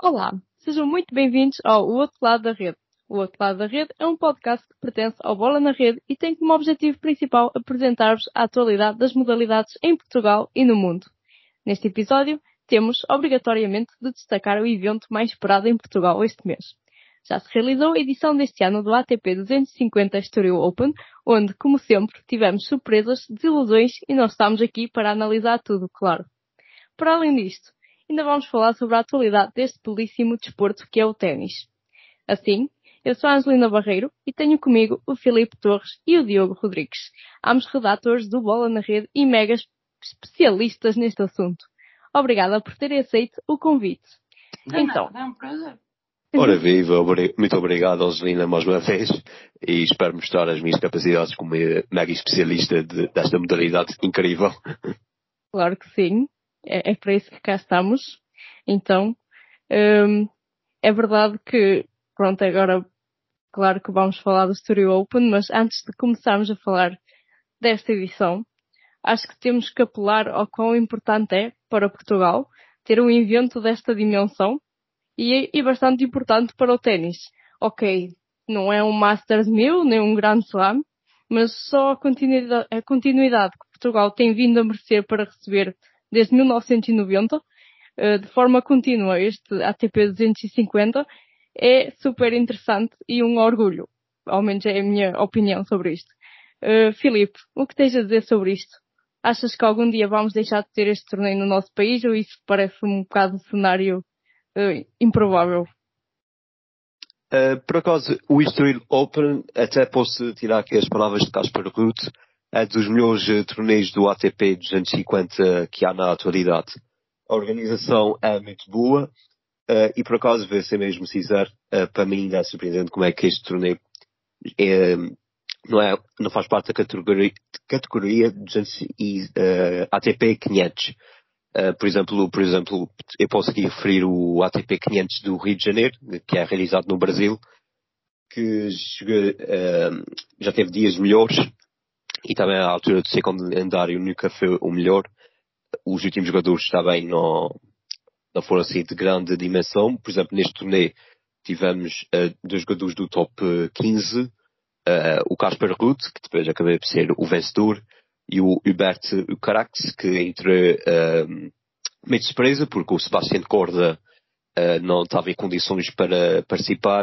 Olá, sejam muito bem-vindos ao O Outro Lado da Rede. O Outro Lado da Rede é um podcast que pertence ao Bola na Rede e tem como objetivo principal apresentar-vos a atualidade das modalidades em Portugal e no mundo. Neste episódio, temos obrigatoriamente de destacar o evento mais esperado em Portugal este mês. Já se realizou a edição deste ano do ATP 250 Estoril Open, onde, como sempre, tivemos surpresas, desilusões e nós estamos aqui para analisar tudo, claro. Para além disto, ainda vamos falar sobre a atualidade deste belíssimo desporto que é o ténis. Assim, eu sou a Angelina Barreiro e tenho comigo o Filipe Torres e o Diogo Rodrigues, ambos redatores do Bola na Rede e mega especialistas neste assunto. Obrigada por terem aceito o convite. Então, é um prazer. Ora viva, muito obrigado, Angelina, mais uma vez, e espero mostrar as minhas capacidades como mega especialista desta modalidade incrível. Claro que sim, é para isso que cá estamos. Então, é verdade que, pronto, agora, claro que vamos falar do Estoril Open, mas antes de começarmos a falar desta edição, acho que temos que apelar ao quão importante é para Portugal ter um evento desta dimensão e bastante importante para o ténis. Ok, não é um Masters 1000, nem um Grand Slam, mas só a continuidade que Portugal tem vindo a merecer para receber desde 1990, de forma contínua, este ATP 250, é super interessante e um orgulho. Ao menos é a minha opinião sobre isto. Filipe, o que tens a dizer sobre isto? Achas que algum dia vamos deixar de ter este torneio no nosso país ou isso parece um bocado um cenário improvável? Por acaso, o Estoril Open, até posso tirar aqui as palavras de Casper Ruud, é dos melhores torneios do ATP 250 que há na atualidade. A organização é muito boa e, por acaso, vou ser mesmo sincero, para mim ainda é surpreendente como é que este torneio não faz parte da categoria 200 ATP 500. Por exemplo, eu posso aqui referir o ATP 500 do Rio de Janeiro, que é realizado no Brasil, que já teve dias melhores e também à altura do seu calendário nunca foi o melhor. Os últimos jogadores também não foram assim de grande dimensão. Por exemplo, neste torneio tivemos dois jogadores do top 15, o Casper Ruud, que depois acabou por ser o vencedor, e o Hubert Hurkacz, que entre meio de surpresa, porque o Sebastián Corda não estava em condições para participar,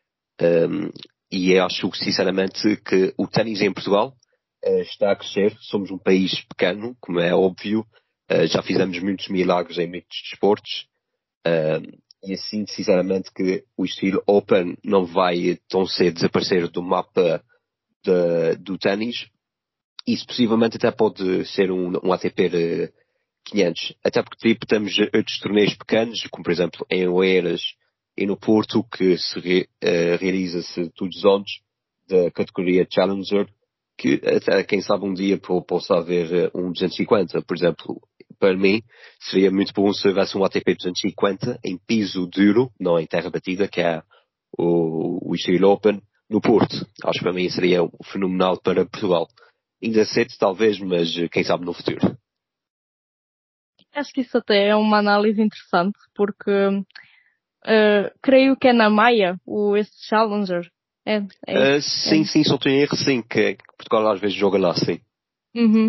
e eu acho sinceramente que o ténis em Portugal está a crescer. Somos um país pequeno, como é óbvio, já fizemos muitos milagres em muitos desportos, e assim, sinceramente, que o Estoril Open não vai tão cedo desaparecer do mapa do ténis. Isso possivelmente até pode ser um ATP 500. Até porque tipo, temos outros torneios pequenos, como por exemplo em Oeiras e no Porto, que se realiza-se todos os anos, da categoria Challenger, que até quem sabe um dia possa haver um 250. Por exemplo, para mim seria muito bom se houvesse um ATP 250 em piso duro, não em terra batida, que é o Estoril Open, no Porto. Acho que para mim seria fenomenal para Portugal. Ainda cedo talvez, mas quem sabe no futuro. Acho que isso até é uma análise interessante, porque creio que é na Maia, este Challenger. Sim, só tenho erro, sim, que Portugal às vezes joga lá, sim. Uhum.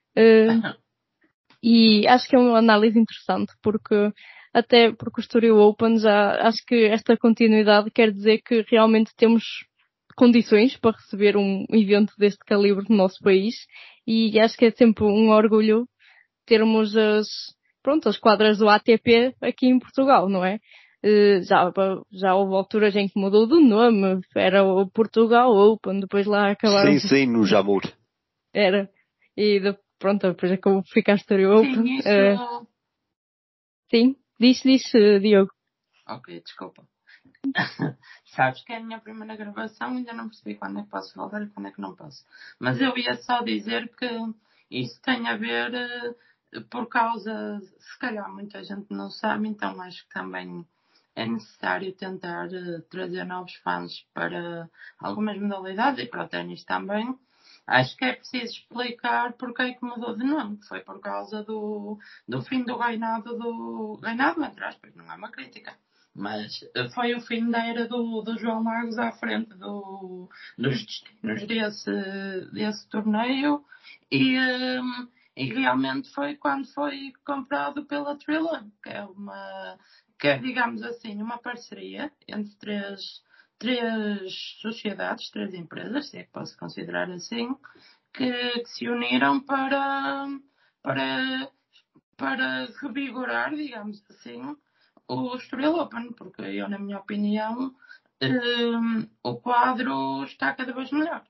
E acho que é uma análise interessante, porque até porque o Estoril Open já, acho que esta continuidade quer dizer que realmente temos condições para receber um evento deste calibre no nosso país, e acho que é sempre um orgulho termos as quadras do ATP aqui em Portugal, não é? Já houve alturas em que mudou de nome, era o Portugal Open, depois lá acabaram... Sim, no Jamor. Era. E pronto, depois acabou por ficar Estoril Open. Sim, isso... Sim, diz, Diogo. Ok, desculpa. Sabes que é a minha primeira gravação, ainda não percebi quando é que posso voltar e quando é que não posso. Mas eu ia só dizer que isso tem a ver por causa, se calhar muita gente não sabe, então acho que também é necessário tentar trazer novos fãs para algumas modalidades e para o ténis também. Acho que é preciso explicar porque é que mudou de nome. Foi por causa do fim do reinado, entre aspas, não é uma crítica, Mas foi o fim da era do João Lagos à frente dos destinos desse torneio e realmente foi quando foi comprado pela Thriller, que é, digamos assim, uma parceria entre três sociedades, três empresas, se é que posso considerar assim, que se uniram para, para revigorar, digamos assim, o Estoril Open, porque eu, na minha opinião, o quadro está cada vez melhor.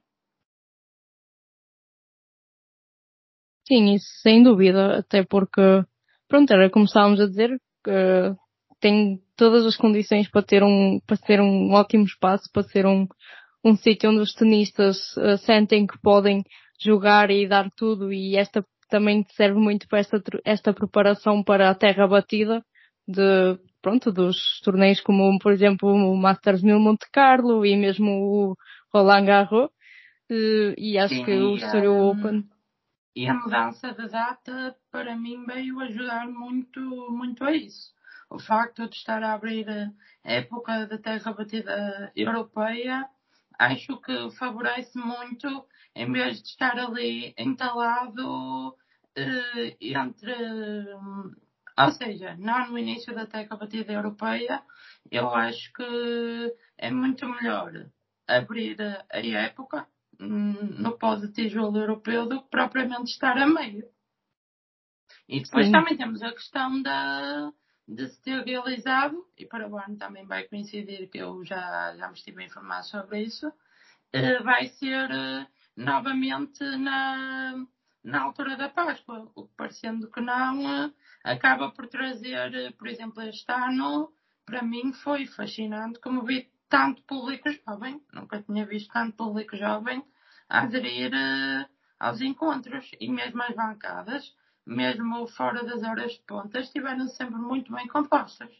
Sim, isso sem dúvida, até porque, pronto, era como estávamos a dizer, que tem todas as condições para ser um ótimo espaço, para ser um sítio onde os tenistas sentem que podem jogar e dar tudo, e esta também serve muito para esta preparação para a terra batida pronto, dos torneios como, por exemplo, o Masters 1000 Monte Carlo e mesmo o Roland Garros, e acho Sim, que o Estoril Open. E a mudança da data, para mim, veio ajudar muito, muito a isso. O facto de estar a abrir a época da terra batida europeia, acho que favorece muito, em vez de estar ali entalado entre. Ou seja, não no início da terra batida europeia, eu acho que é muito melhor abrir a época no pós-tijolo europeu do que propriamente estar a meio. E depois Sim. também temos a questão de se ter realizado, e para o ano também vai coincidir que eu já me estive a informar sobre isso, vai ser novamente na altura da Páscoa, o que parecendo que não, acaba por trazer, por exemplo, este ano, para mim foi fascinante como vi tanto público jovem, nunca tinha visto tanto público jovem a aderir aos encontros e mesmo as bancadas, mesmo fora das horas de ponta, estiveram sempre muito bem compostas.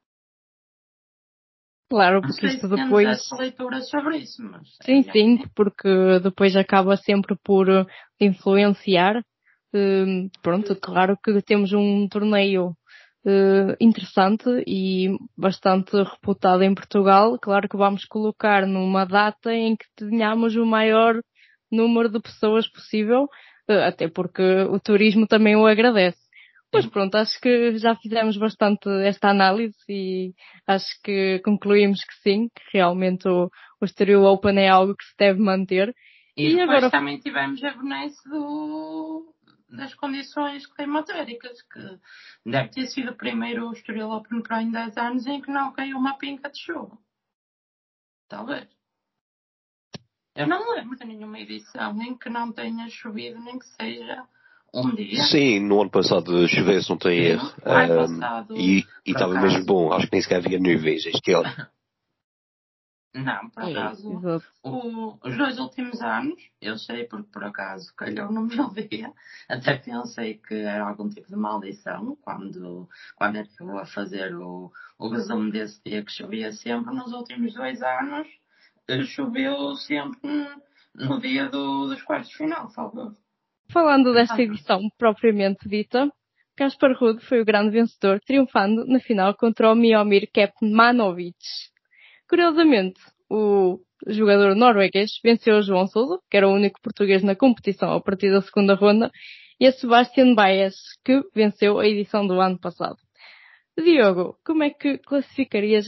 Claro, Não porque sei isto se temos depois. essa leitura sobre isso, mas é a Sim, minha sim, opinião. porque depois acaba sempre por influenciar. Pronto, claro que temos um torneio interessante e bastante reputado em Portugal. Claro que vamos colocar numa data em que tenhamos o maior número de pessoas possível, até porque o turismo também o agradece. Pois Sim. pronto, acho que já fizemos bastante esta análise e acho que concluímos que sim, que realmente o Estoril Open é algo que se deve manter. E E depois agora, também tivemos a benesse das condições climatéricas, que deve ter sido o primeiro Estoril Open Pro em 10 anos em que não caiu uma pinga de chuva. Talvez. Eu não me lembro de nenhuma edição em que não tenha chovido, nem que seja um dia. Sim, no ano passado choveu, se não tem Sim, erro. o ano passado, E por estava mesmo acaso, bom. Acho que nem sequer havia nuvens este ano. não, por acaso, os 2 últimos anos, eu sei porque por acaso calhou no meu dia, até pensei que era algum tipo de maldição quando é que eu vou fazer o resumo desse dia que chovia sempre. Nos últimos 2 anos, choveu sempre no dia dos quartos de final, salvo. falando desta edição propriamente dita, Kaspar Ruud foi o grande vencedor, triunfando na final contra o Miomir Kecmanovic. Curiosamente, o jogador norueguês venceu o João Sousa, que era o único português na competição a partir da segunda ronda, e a Sebastian Baez, que venceu a edição do ano passado. Diogo, como é que classificarias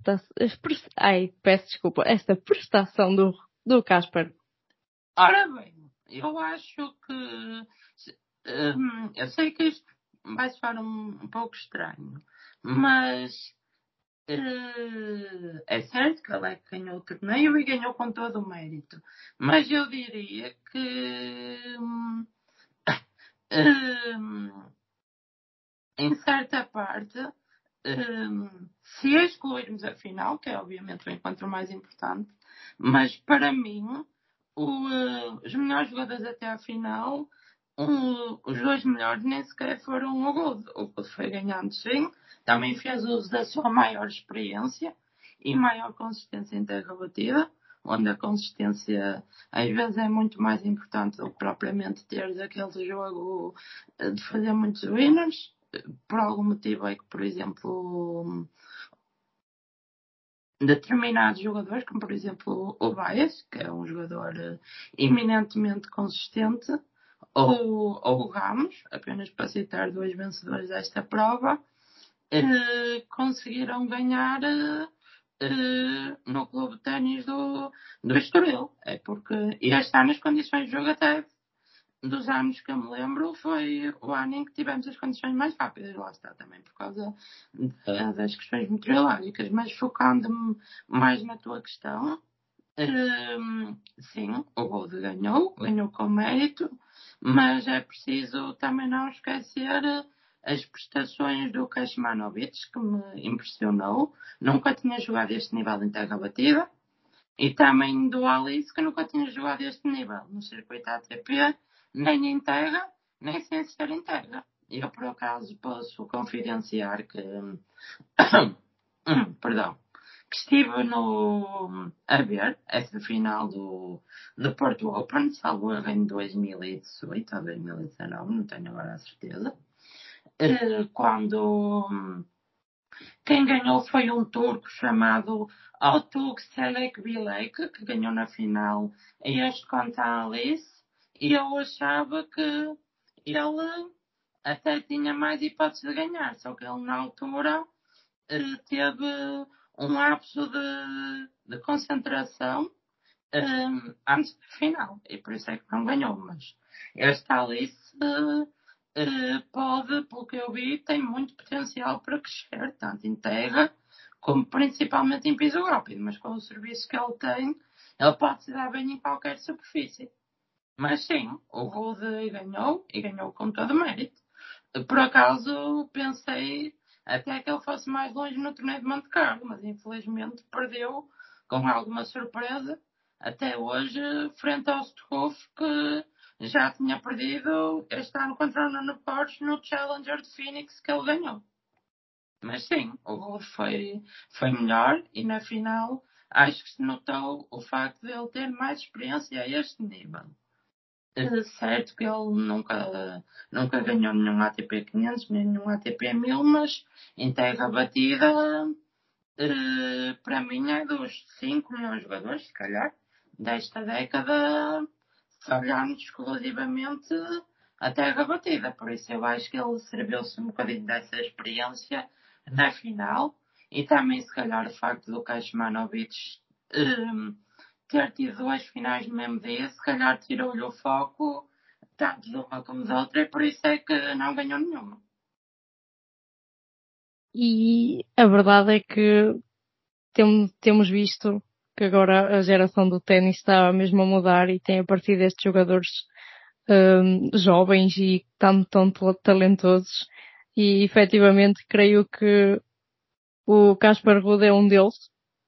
esta prestação do Casper? Ora bem, eu acho que. Eu sei que isto vai soar um pouco estranho, mas é certo que ele é que ganhou o torneio e ganhou com todo o mérito. Mas eu diria que. Em certa parte, se excluirmos a final, que é obviamente o encontro mais importante, mas para mim, os melhores jogadores até à final, os 2 melhores nem sequer foram o Gold. O Gold foi ganhando, sim, também fez uso da sua maior experiência e maior consistência em terra batida, onde a consistência às vezes é muito mais importante do que propriamente teres aquele jogo de fazer muitos winners. Por algum motivo é que, por exemplo, determinados jogadores, como por exemplo o Baez, que é um jogador eminentemente consistente, ou o Ramos, apenas para citar 2 vencedores desta prova, conseguiram ganhar no clube de ténis do Estoril. É porque este ano as condições de jogo até dos anos que eu me lembro foi o ano em que tivemos as condições mais rápidas, lá está também por causa das questões meteorológicas, mas focando-me mais na tua questão, sim, o Gold ganhou com mérito, mas é preciso também não esquecer as prestações do Kecmanovic, que me impressionou, nunca tinha jogado este nível em terra batida, e também do Alice, que nunca tinha jogado este nível no circuito ATP, nem em terra, nem sem ser em terra. Eu, por acaso, posso confidenciar que, perdão, que estive a ver essa final do Porto Open, salvo erro em 2018 ou 2019, não tenho agora a certeza, quando quem ganhou foi um turco chamado Altug Selek Bilek, que ganhou na final este contra a Alice, e eu achava que ele até tinha mais hipóteses de ganhar, só que ele na altura teve um lapso de concentração antes da final, e por isso é que não ganhou, mas este Alice pode, pelo que eu vi, tem muito potencial para crescer, tanto em terra como principalmente em piso rápido, mas com o serviço que ele tem, ele pode se dar bem em qualquer superfície. Mas sim, o Rude ganhou e ganhou com todo mérito. Por acaso pensei até que ele fosse mais longe no torneio de Monte Carlo, mas infelizmente perdeu com alguma surpresa até hoje frente ao Struff, que já tinha perdido este ano contra o Nuno Portes no Challenger de Phoenix que ele ganhou. Mas sim, o Rude foi melhor e na final acho que se notou o facto de ele ter mais experiência a este nível. Certo que ele nunca ganhou nenhum ATP 500 nem nenhum ATP 1000, mas em terra batida, para mim é dos 5 melhores jogadores, se calhar, desta década, se olharmos exclusivamente a terra batida. Por isso eu acho que ele serviu-se um bocadinho dessa experiência na final e também se calhar o facto do Kecmanovic ter tido 2 finais no mesmo dia, se calhar tirou-lhe o foco tanto de uma como da outra e por isso é que não ganhou nenhuma. E a verdade é que temos visto que agora a geração do ténis está mesmo a mudar e tem aparecido estes jogadores jovens e tão talentosos. E efetivamente creio que o Casper Ruud é um deles.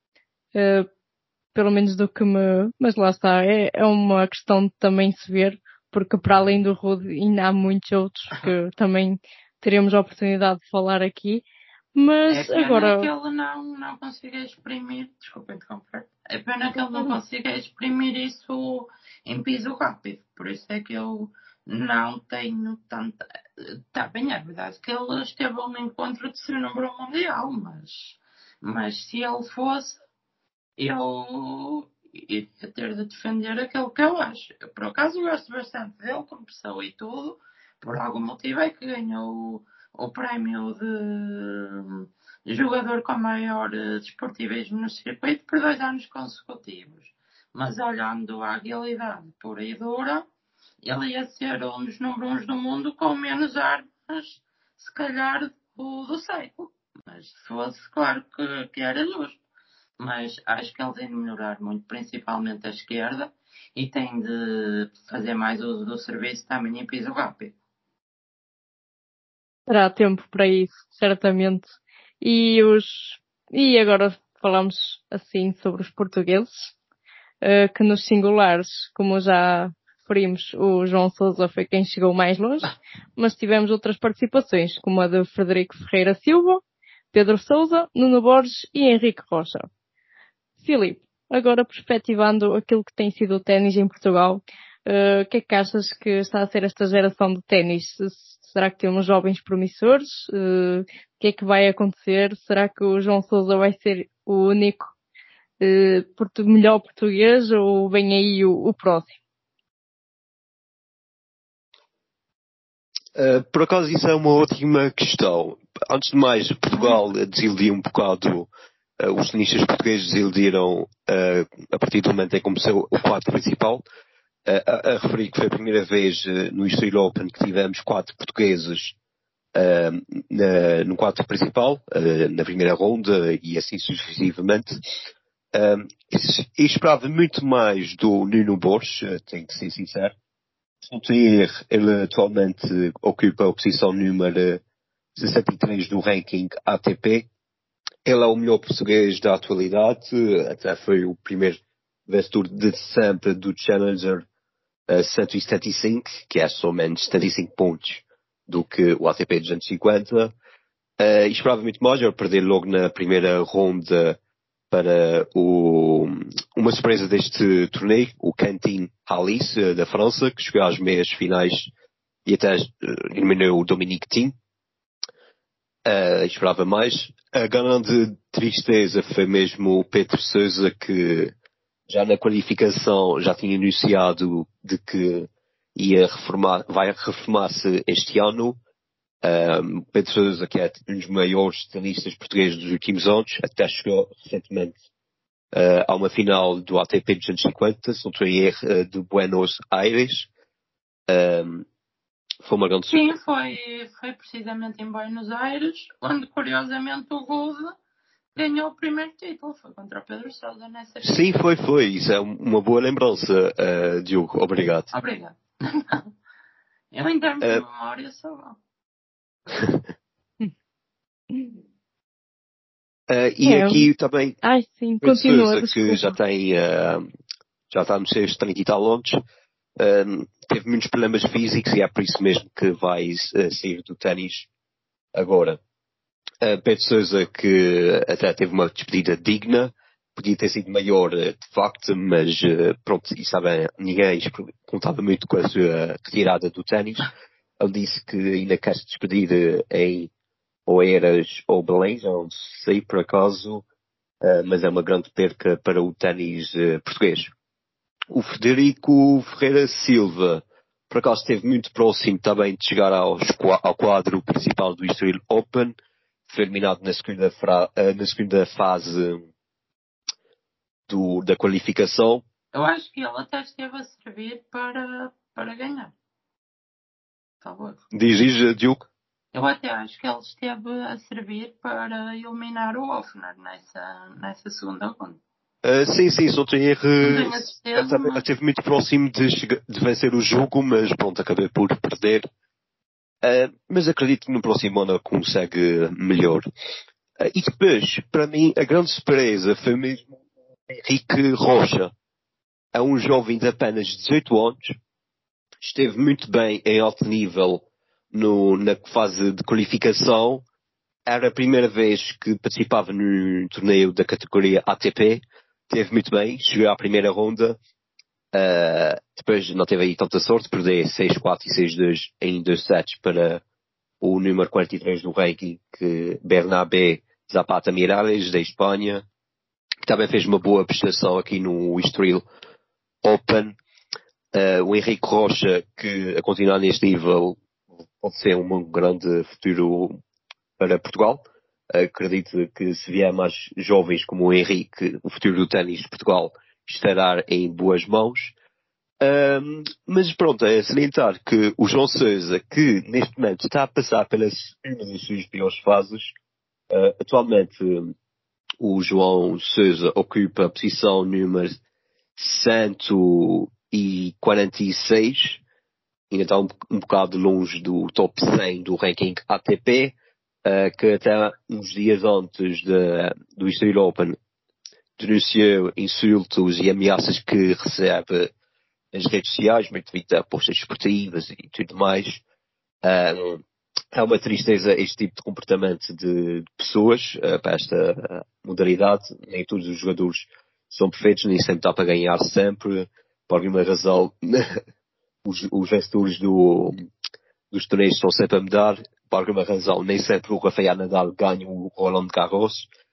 Pelo menos do que me... Mas lá está, é uma questão de também se ver, porque para além do Rude ainda há muitos outros que também teremos a oportunidade de falar aqui. Mas é pena agora... que ele não consiga exprimir, desculpa interromper, é pena que ele não consiga exprimir isso em piso rápido, por isso é que eu não tenho tanta... Está bem, é verdade que ele esteve a um encontro de ser número 1 mundial, mas se ele fosse, eu iria ter de defender aquilo que eu acho. Eu, por acaso, gosto bastante dele como pessoa e tudo. Por algum motivo é que ganhou o prémio de jogador com maior desportivismo no circuito por 2 anos consecutivos. Mas olhando à realidade pura e dura, ele ia ser um dos número 1 do mundo com menos armas, se calhar, do século. Mas se fosse, claro que era justo. Mas acho que ele tem de melhorar muito, principalmente a esquerda, e tem de fazer mais uso do serviço também em piso rápido. Terá tempo para isso, certamente. E agora falamos assim sobre os portugueses, que nos singulares, como já referimos, o João Sousa foi quem chegou mais longe, mas tivemos outras participações, como a de Frederico Ferreira Silva, Pedro Sousa, Nuno Borges e Henrique Rocha. Filipe, agora perspectivando aquilo que tem sido o ténis em Portugal, o que é que achas que está a ser esta geração de ténis? Será que temos jovens promissores? O que é que vai acontecer? Será que o João Sousa vai ser o único melhor português ou vem aí o próximo? Por acaso isso é uma ótima questão. Antes de mais, Portugal desiludiu um bocado, os tenistas portugueses desiludiram a partir do momento em que começou o quadro principal. A referir que foi a primeira vez no Estoril Open que tivemos 4 portugueses no quadro principal, na primeira ronda e assim sucessivamente. E esperava muito mais do Nuno Borges, tenho que ser sincero. Se não tenho erro, ele atualmente ocupa a posição número 63 do ranking ATP. Ele é o melhor português da atualidade, até foi o primeiro vencedor de sempre do Challenger 175, que é somente 75 pontos do que o ATP 250. E esperava muito mais, ele perder logo na primeira ronda para uma surpresa deste torneio, o Quentin Halys, da França, que chegou às meias finais e até eliminou o Dominic Thiem. Esperava mais. A grande tristeza foi mesmo o Pedro Sousa, que já na qualificação já tinha anunciado de que vai reformar-se este ano. Pedro Sousa, que é um dos maiores tenistas portugueses dos últimos anos, até chegou recentemente a uma final do ATP 250, se não estou em erro, de Buenos Aires. Foi uma grande surpresa. Sim, foi precisamente em Buenos Aires, onde curiosamente o Rude ganhou o primeiro título, foi contra o Pedro Sousa nessa final. Sim, foi. Isso é uma boa lembrança, Diogo. Obrigado. Obrigado. Eu, em termos de memória, sou bom. E aqui também sim, continua, que já está nos seus 30 e tal anos, teve muitos problemas físicos e é por isso mesmo que vai sair do ténis agora. Pedro Sousa, que até teve uma despedida digna, podia ter sido maior de facto, mas pronto, e sabem, ninguém contava muito com a sua retirada do ténis. Ele disse que ainda quer se despedir em Oeiras ou Belém, já não sei por acaso, mas é uma grande perca para o ténis português. O Frederico Ferreira Silva, por acaso esteve muito próximo também de chegar ao quadro principal do Estoril Open, foi eliminado na segunda fase da qualificação. Eu acho que ele até esteve a servir para ganhar. Por favor. Diz, Diogo? Eu até acho que ele esteve a servir para eliminar o Hoffner nessa segunda ronda. Sim, só tenho erro. Ele esteve muito próximo de vencer o jogo, mas pronto, acabei por perder. Mas acredito que no próximo ano consegue melhor. E depois, para mim, a grande surpresa foi mesmo Henrique Rocha. É um jovem de apenas 18 anos. Esteve muito bem em alto nível na fase de qualificação. Era a primeira vez que participava no torneio da categoria ATP. Teve muito bem, chegou à primeira ronda. Depois não teve aí tanta sorte, perdeu 6-4 e 6-2 em 2 sets para o número 43 do ranking, Bernabé Zapata Miralles, da Espanha, que também fez uma boa prestação aqui no Estoril Open. O Henrique Rocha, que a continuar neste nível pode ser um grande futuro para Portugal. Acredito que se vier mais jovens como o Henrique, o futuro do ténis de Portugal estará em boas mãos. Mas pronto, é salientar que o João Sousa, que neste momento está a passar pelas uma das suas piores fases, atualmente o João Sousa ocupa a posição número 146, ainda está um bocado longe do top 100 do ranking ATP, que até uns dias antes do Estoril Open denunciou insultos e ameaças que recebe nas redes sociais, muito devido a postas esportivas e tudo mais. É uma tristeza este tipo de comportamento de pessoas para esta modalidade. Nem todos os jogadores são perfeitos, nem sempre dá para ganhar sempre. Por alguma razão, os vencedores dos torneios estão sempre a mudar. Por alguma razão, nem sempre o Rafael Nadal ganha o Roland Garros.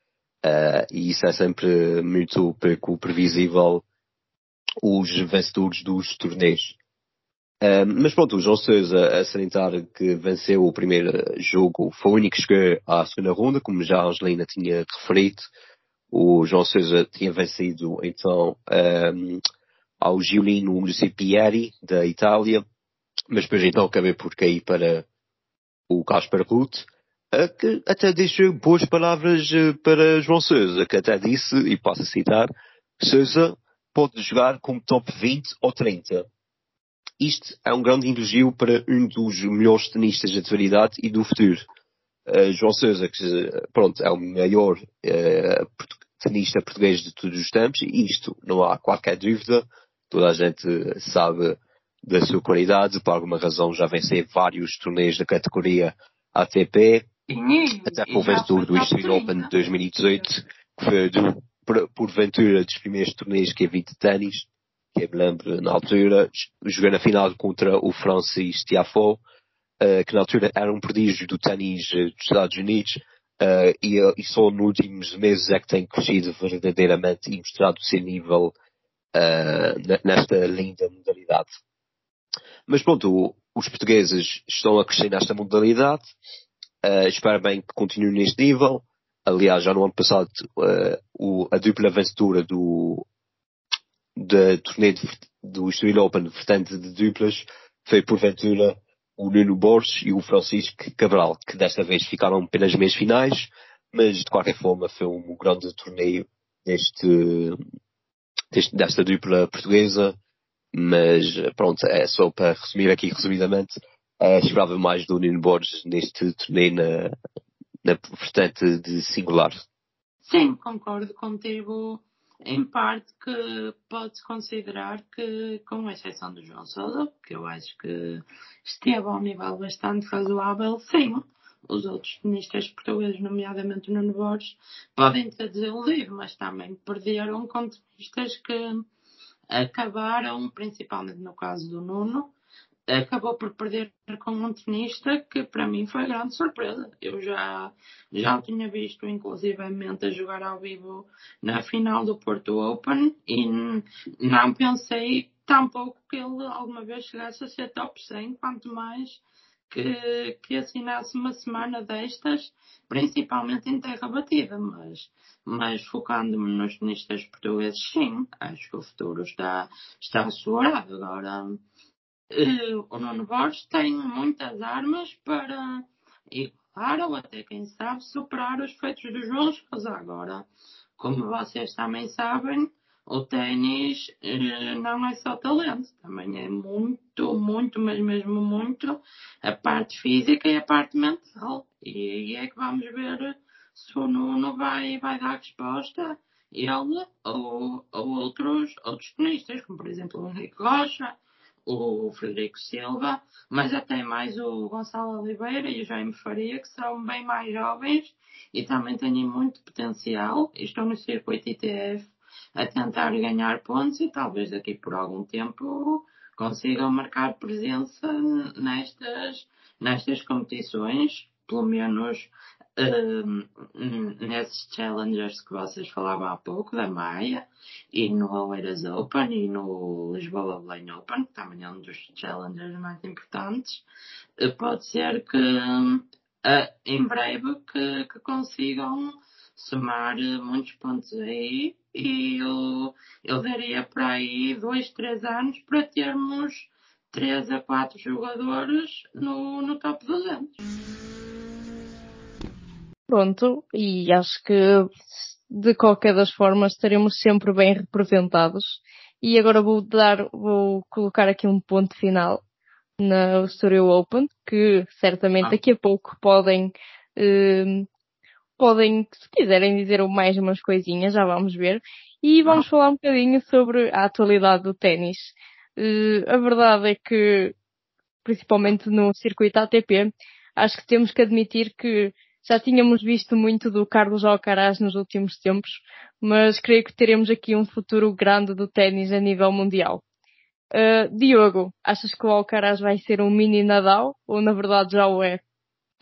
E isso é sempre muito pouco previsível, os vencedores dos torneios. Mas pronto, o João Sousa, a salientar que venceu o primeiro jogo, foi o único que chegou à segunda ronda, como já a Angelina tinha referido. O João Sousa tinha vencido então ao Giulino Muccipieri, da Itália, mas depois então acabei por cair para o Casper Ruud, que até deixou boas palavras para João Sousa, que até disse, e passo a citar: Sousa pode jogar como top 20 ou 30. Isto é um grande elogio para um dos melhores tenistas da atualidade e do futuro. João Sousa, que pronto, é o maior tenista português de todos os tempos, e isto não há qualquer dúvida. Toda a gente sabe da sua qualidade, por alguma razão já venceu vários torneios da categoria ATP, até por vencedor do Australian Open de 2018, que foi porventura dos primeiros torneios que eu vi de ténis, que eu me lembro na altura, jogando na final contra o Francis Tiafoe, que na altura era um prodígio do ténis dos Estados Unidos, e só nos últimos meses é que tem crescido verdadeiramente e mostrado o seu nível nesta linda modalidade. Mas pronto, os portugueses estão a crescer nesta modalidade. Espero bem que continue neste nível. Aliás, já no ano passado, a dupla vencedora do torneio do Australian Open, vertente de duplas, foi porventura o Nuno Borges e o Francisco Cabral, que desta vez ficaram apenas meias finais, mas de qualquer forma foi um grande torneio desta dupla portuguesa. Mas pronto, é só para resumir aqui resumidamente, esperava mais do Nuno Borges neste torneio na vertente de singular. Sim, concordo contigo em parte que pode-se considerar que, com exceção do João Sousa, que eu acho que esteve a um nível bastante razoável, sim, os outros tenistas portugueses, nomeadamente o Nuno Borges, podem ter desiludido, mas também perderam com tenistas que acabaram, principalmente no caso do Nuno, acabou por perder com um tenista que para mim foi grande surpresa. Eu já o tinha visto inclusivamente a jogar ao vivo na final do Porto Open e não pensei tampouco que ele alguma vez chegasse a ser top 100, quanto mais que assinasse uma semana destas, principalmente em terra batida, mas focando-me nos tenistas portugueses, sim, acho que o futuro está assegurado. Agora, o Nuno Borges tem muitas armas para igualar ou até, quem sabe, superar os feitos do João Sousa. Agora, como vocês também sabem, o ténis não é só talento, também é muito, muito, mas mesmo muito, a parte física e a parte mental. E aí é que vamos ver se o Nuno vai dar resposta, ele ou outros tenistas, como por exemplo o Henrique Rocha, o Frederico Silva, mas até mais o Gonçalo Oliveira e o Jaime Faria, que são bem mais jovens e também têm muito potencial e estão no circuito ITF a tentar ganhar pontos e talvez daqui por algum tempo consigam marcar presença nestas competições, pelo menos nesses challengers que vocês falavam há pouco, da Maia, e no Oeiras Open e no Lisboa Belém Open, que também é um dos challengers mais importantes. Pode ser que em breve que consigam somar muitos pontos aí, e eu daria para aí 2, 3 anos para termos 3 a 4 jogadores no top 200. Pronto, e acho que de qualquer das formas estaremos sempre bem representados. E agora vou colocar aqui um ponto final na Australian Open, que certamente daqui a pouco podem, se quiserem dizer mais umas coisinhas, já vamos ver. E vamos falar um bocadinho sobre a atualidade do ténis. A verdade é que, principalmente no circuito ATP, acho que temos que admitir que já tínhamos visto muito do Carlos Alcaraz nos últimos tempos, mas creio que teremos aqui um futuro grande do ténis a nível mundial. Diogo, achas que o Alcaraz vai ser um mini Nadal ou na verdade já o é?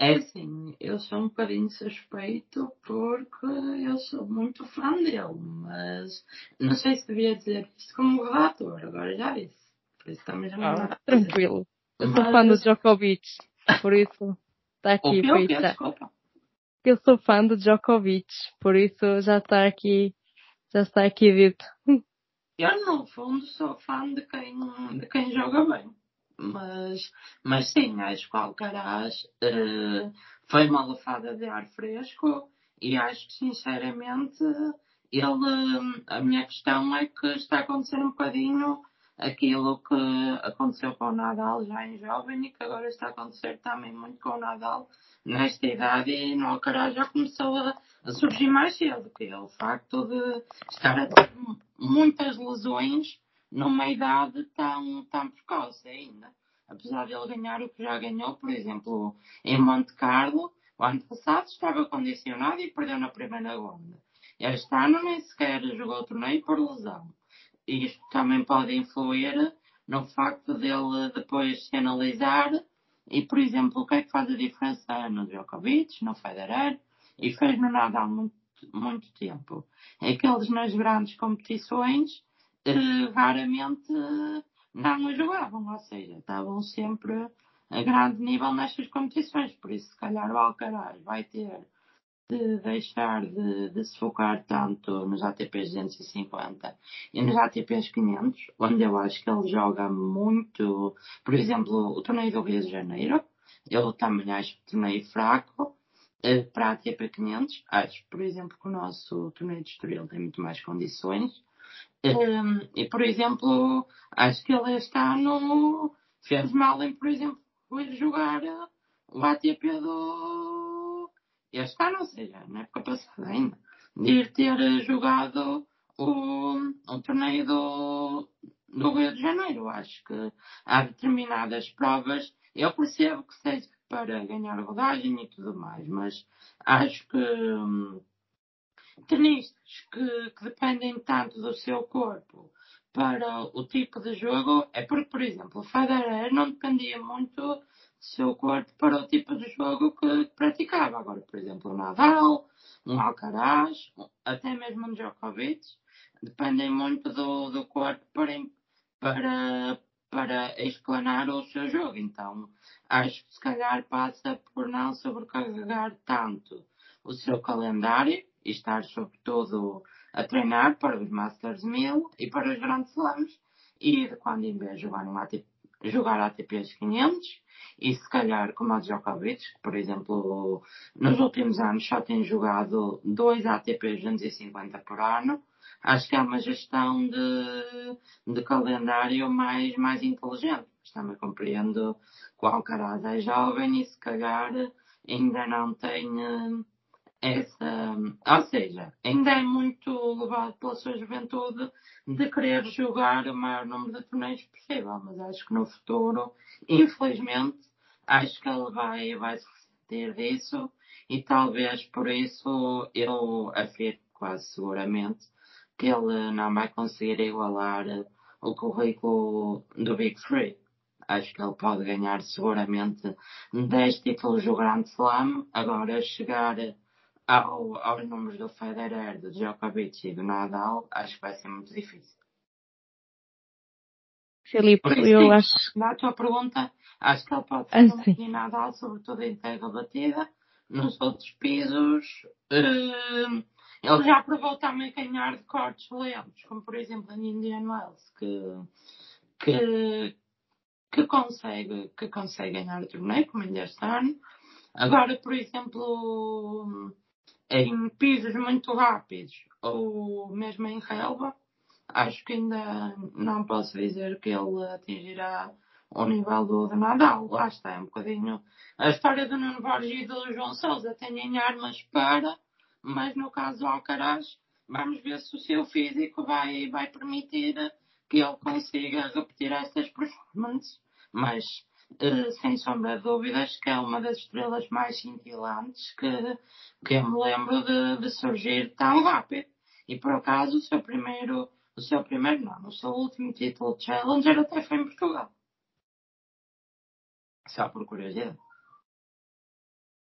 É assim, eu sou um bocadinho suspeito porque eu sou muito fã dele, mas não sei se devia dizer isto como relator, agora já disse. Por isso também já não dá para dizer. Tranquilo. Eu sou fã do Djokovic, por isso está O aqui que é o que? feita. Desculpa. Eu sou fã do Djokovic, por isso já está aqui dito. Eu, no fundo, sou fã de quem joga bem. Mas sim, acho que o Alcaraz foi uma lefada de ar fresco e acho que, sinceramente, a minha questão é que está a acontecer um bocadinho aquilo que aconteceu com o Nadal já em jovem e que agora está a acontecer também muito com o Nadal nesta idade e no Alcaraz já começou a surgir mais cedo, que é o facto de estar a ter muitas lesões numa idade tão precoce ainda. Apesar de ele ganhar o que já ganhou, por exemplo, em Monte Carlo, o ano passado estava condicionado e perdeu na primeira ronda. Este ano nem sequer jogou o torneio por lesão. E isto também pode influir no facto dele depois se analisar e, por exemplo, o que é que faz a diferença no Djokovic, no Federer e fez no Nadal muito tempo. É que eles nas grandes competições raramente não jogavam, ou seja, estavam sempre a grande nível nestas competições. Por isso, se calhar, o Alcaraz vai ter de deixar de se focar tanto nos ATPs 250 e nos ATPs 500, onde eu acho que ele joga muito, por exemplo, o torneio do Rio de Janeiro, eu também acho que torneio fraco, para a ATP 500, acho, por exemplo, que o nosso torneio de Estoril tem muito mais condições, e, por exemplo, acho que ele este ano fez mal em, por exemplo, ir jogar o ATP este ano, ou seja, na época passada ainda, de ir ter jogado o torneio do Rio de Janeiro. Acho que há determinadas provas, eu percebo que seja para ganhar rodagem e tudo mais, mas acho que tenistas que dependem tanto do seu corpo para o tipo de jogo é porque, por exemplo, o Federer não dependia muito do seu corpo para o tipo de jogo que praticava. Agora, por exemplo, o Nadal, um Alcaraz, até mesmo um Djokovic, dependem muito do corpo para explanar o seu jogo. Então, acho que se calhar passa por não sobrecarregar tanto o seu calendário e estar sobretudo a treinar para os Masters 1000 e para os Grand Slams e de quando em vez jogar ATPs 500 e se calhar como o Djokovic, que por exemplo nos últimos anos só tem jogado 2 ATPs 250 por ano, acho que é uma gestão de calendário mais inteligente. Mas também compreendo que o Alcaraz é jovem e se calhar ainda não tem ou seja, ainda é muito levado pela sua juventude de querer jogar o maior número de torneios possível, mas acho que no futuro, infelizmente, acho que ele vai se ressentir disso e talvez por isso eu afirmo quase seguramente que ele não vai conseguir igualar o currículo do Big Three. Acho que ele pode ganhar seguramente 10 títulos do Grand Slam, agora chegar aos números do Federer, do Djokovic e do Nadal, acho que vai ser muito difícil. Filipe, Por isso, eu sim, acho. na tua pergunta, acho que ele pode ser um Sim. mini Nadal, sobretudo em terra batida. Nos outros pisos, ele já provou também ganhar de cortes lentos, como por exemplo em Indian Wells, que, que consegue ganhar o torneio, como ainda este ano. Agora, por exemplo, em pisos muito rápidos ou mesmo em relva, acho que ainda não posso dizer que ele atingirá o nível do Nadal. Lá está, é um bocadinho a história do Nuno Borges e do João Sousa. Têm armas para, mas no caso do Alcaraz, vamos ver se o seu físico vai permitir que ele consiga repetir estas performances. Mas, sem sombra de dúvidas, que é uma das estrelas mais cintilantes que eu me lembro de surgir tão rápido. E por acaso o seu primeiro não, o seu último título de Challenger até foi em Portugal. Só por curiosidade.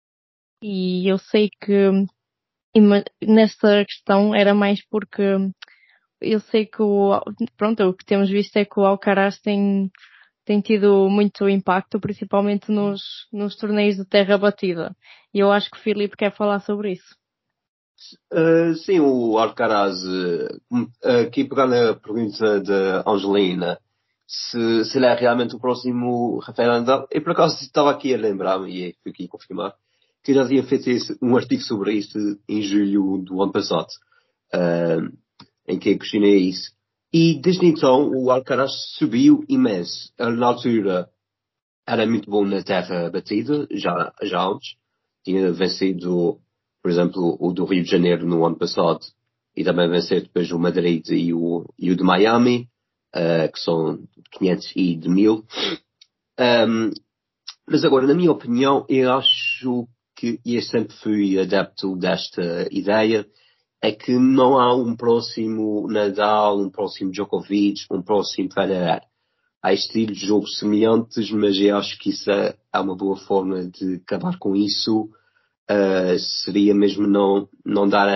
e eu sei que nesta questão era mais porque eu sei que o que temos visto é que o Alcaraz tem tido muito impacto, principalmente nos torneios de terra batida. E eu acho que o Filipe quer falar sobre isso. Sim, o Alcaraz, aqui pegando a pergunta da Angelina, se ele é realmente o próximo Rafael Nadal, eu por acaso estava aqui a lembrar-me, e fui aqui confirmar, que eu já tinha feito um artigo sobre isso em julho do ano passado, uh, em que eu questionei isso. E desde então o Alcaraz subiu imenso. Ele, na altura, era muito bom na terra batida, já antes. Tinha vencido, por exemplo, o do Rio de Janeiro no ano passado e também venceu depois o Madrid e o de Miami, que são de 500 e de 1000. Mas agora, na minha opinião, eu acho que, e eu sempre fui adepto desta ideia, é que não há um próximo Nadal, um próximo Djokovic, um próximo Federer. Há estilos de jogo semelhantes, mas eu acho que isso é uma boa forma de acabar com isso. Seria mesmo não dar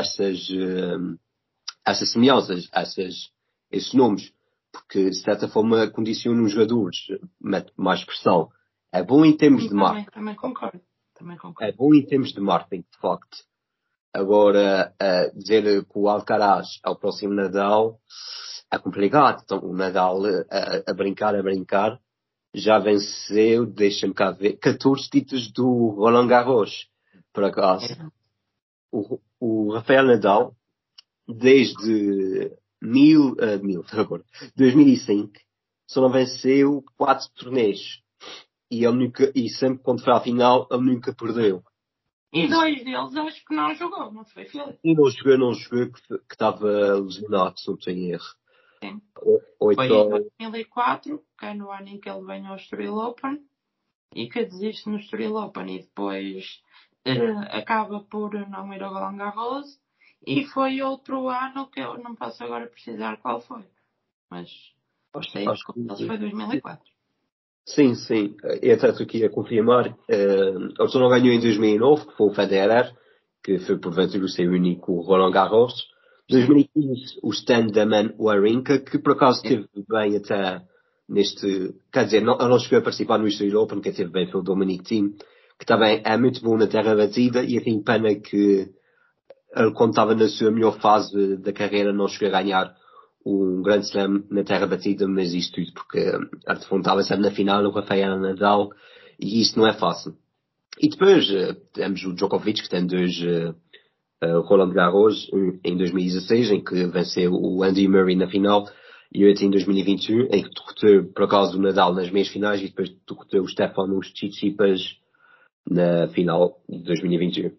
essas semelhanças, esses nomes, porque de certa forma condiciona os jogadores, mete mais pressão. É bom em termos de marketing. Também concordo. É bom em termos de marketing, de facto. Agora, dizer que o Alcaraz é o próximo Nadal é complicado. Então, o Nadal a brincar, já venceu, deixa-me cá ver, 14 títulos do Roland Garros, por acaso. O Rafael Nadal, desde 2005, só não venceu 4 torneios. E sempre quando foi à final, ele nunca perdeu. E dois deles acho que não jogou, não foi, Filipe? E não jogou, que estava lesionado, se não tenho erro. Sim. Ou Foi então, em 2004, que é no ano em que ele vem ao Estoril Open, e que desiste no Estoril Open e depois acaba por não ir ao Roland Garros. E foi outro ano que eu não posso agora precisar qual foi. Mas sei acho que que foi 2004. sim, sim. E até estou aqui a confirmar. Ele só não ganhou em 2009, que foi o Federer, que foi porventura o seu único Roland Garros. 2015, o Stan Daman Wawrinka, que por acaso esteve bem até neste. Quer dizer, ele não chegou a participar no Australian Open, que esteve bem foi o Dominic Thiem, que também é muito bom na terra batida, e eu tenho pena que ele, quando estava na sua melhor fase da carreira, não chegou a ganhar um grande slam na terra batida, mas isto tudo porque a defrontava sempre na final o Rafael Nadal, e isso não é fácil. E depois temos o Djokovic, que tem dois Roland Garros, um em 2016, em que venceu o Andy Murray na final, e outro em 2021, em que derrotou, por acaso, o Nadal nas meias finais, e depois derrotou o Stefanos Tsitsipas na final de 2021.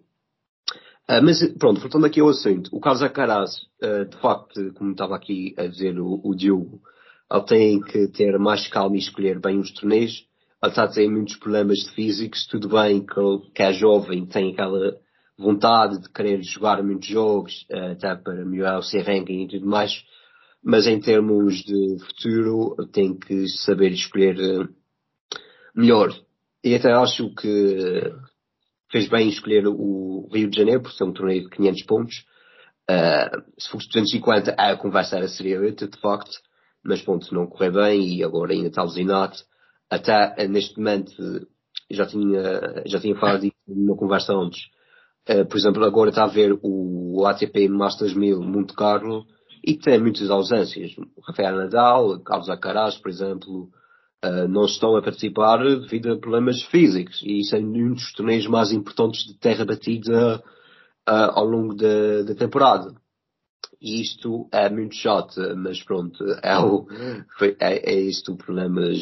Mas pronto, voltando aqui ao assunto, o Carlos Alcaraz, de facto, como estava aqui a dizer o Diogo, ele tem que ter mais calma e escolher bem os torneios. Ele está a ter muitos problemas físicos, tudo bem que é jovem, tem aquela vontade de querer jogar muitos jogos, até para melhorar o seu ranking e tudo mais, mas em termos de futuro tem que saber escolher melhor. E até acho que fez bem em escolher o Rio de Janeiro, por ser um torneio de 500 pontos. Se fosse 250, a conversa seria outra, de facto, mas pronto, não correu bem e agora ainda está lesionado. Até neste momento, já tinha falado disso numa conversa antes. Por exemplo, agora está a ver o ATP Masters 1000 Monte Carlo e que tem muitas ausências. O Rafael Nadal, Carlos Alcaraz, por exemplo, não estão a participar devido a problemas físicos. E isso é um dos torneios mais importantes de terra batida ao longo da temporada. E isto é muito chato, mas pronto, é isto o problema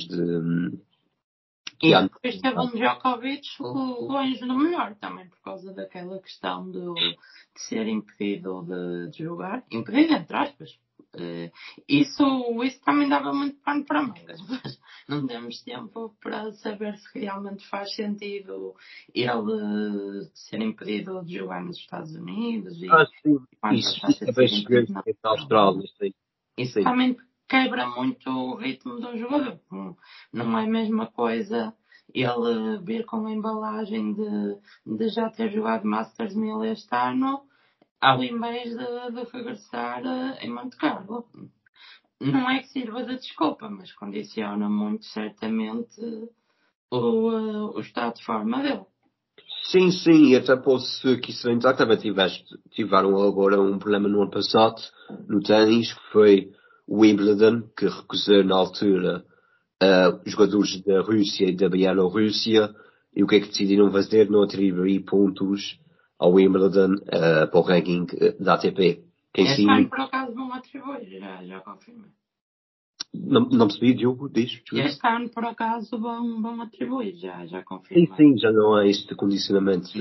que E há. depois teve um Djokovic longe do melhor também, por causa daquela questão de ser impedido de jogar. Impedido, entre aspas. Isso também dava muito pano para mangas, mas não temos tempo para saber se realmente faz sentido ele ser impedido de jogar nos Estados Unidos e Sim. quanto Isso taxa de também ser chegou impedido na na Austrália. Austrália, sim. Isso Sim. também quebra muito o ritmo do jogador. Não é a mesma coisa ele vir com a embalagem de já ter jogado Masters 1000 este ano, ao invés de regressar em Monte Carlo. Não é que sirva de desculpa, mas condiciona muito certamente o estado de forma dele. Sim, sim, e até posso que isso exatamente tiveram agora um problema no ano passado, no ténis, que foi o Wimbledon, que recusou na altura jogadores da Rússia e da Bielorrússia, e o que é que decidiram fazer? Não atribuir pontos ao Wimbledon para o ranking da ATP. Este ano, por acaso, vão atribuir, já confirmei. Não percebi, Diogo, diz. Este ano, por acaso, vão atribuir, já confirmei. Sim, já não há este condicionamento.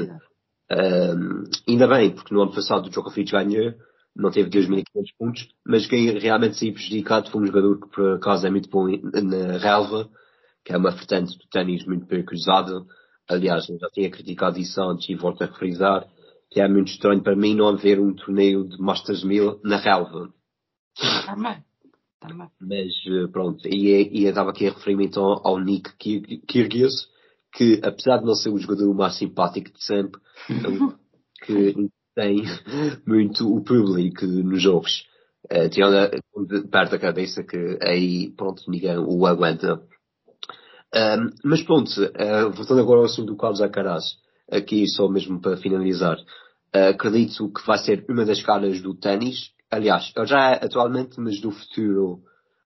Ainda bem, porque no ano passado o Djokovic ganhou, não teve 2.500 pontos, mas quem realmente saiu prejudicado foi um jogador que por acaso é muito bom na relva, que é uma vertente do ténis muito pouco usada. Aliás, eu já tinha criticado isso antes e volto a frisar, que é muito estranho para mim não haver um torneio de Masters 1000 na relva. Também. Mas pronto, e eu estava aqui a referir-me então ao Nick Kyrgios, que apesar de não ser o jogador mais simpático de sempre, que tem muito o público nos jogos. Tinha perto da cabeça que aí, pronto, ninguém o aguenta. Mas pronto, voltando agora ao assunto do Carlos Alcaraz, aqui só mesmo para finalizar, acredito que vai ser uma das caras do ténis. Aliás, ele já é atualmente, mas do futuro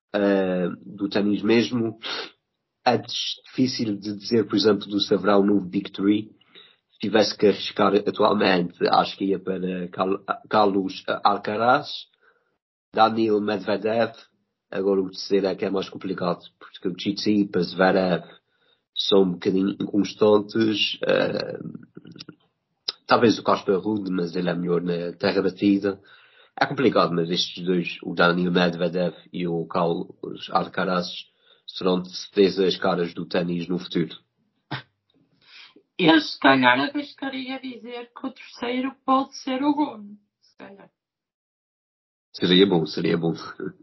do ténis mesmo. É difícil de dizer, por exemplo, do se haverá um novo Big Three. Se tivesse que arriscar atualmente, acho que ia para Carlos Alcaraz, Daniil Medvedev. Agora o terceiro é que é mais complicado, porque o Tsitsipas, Zverev são um bocadinho inconstantes. Talvez o Casper Ruud, mas ele é melhor na terra batida. É complicado, mas estes dois, o Daniil Medvedev e o Carlos Alcaraz, serão de certeza as caras do ténis no futuro. Eu, se calhar, arriscaria dizer que o terceiro pode ser o Gono. Se calhar. Seria bom, seria bom.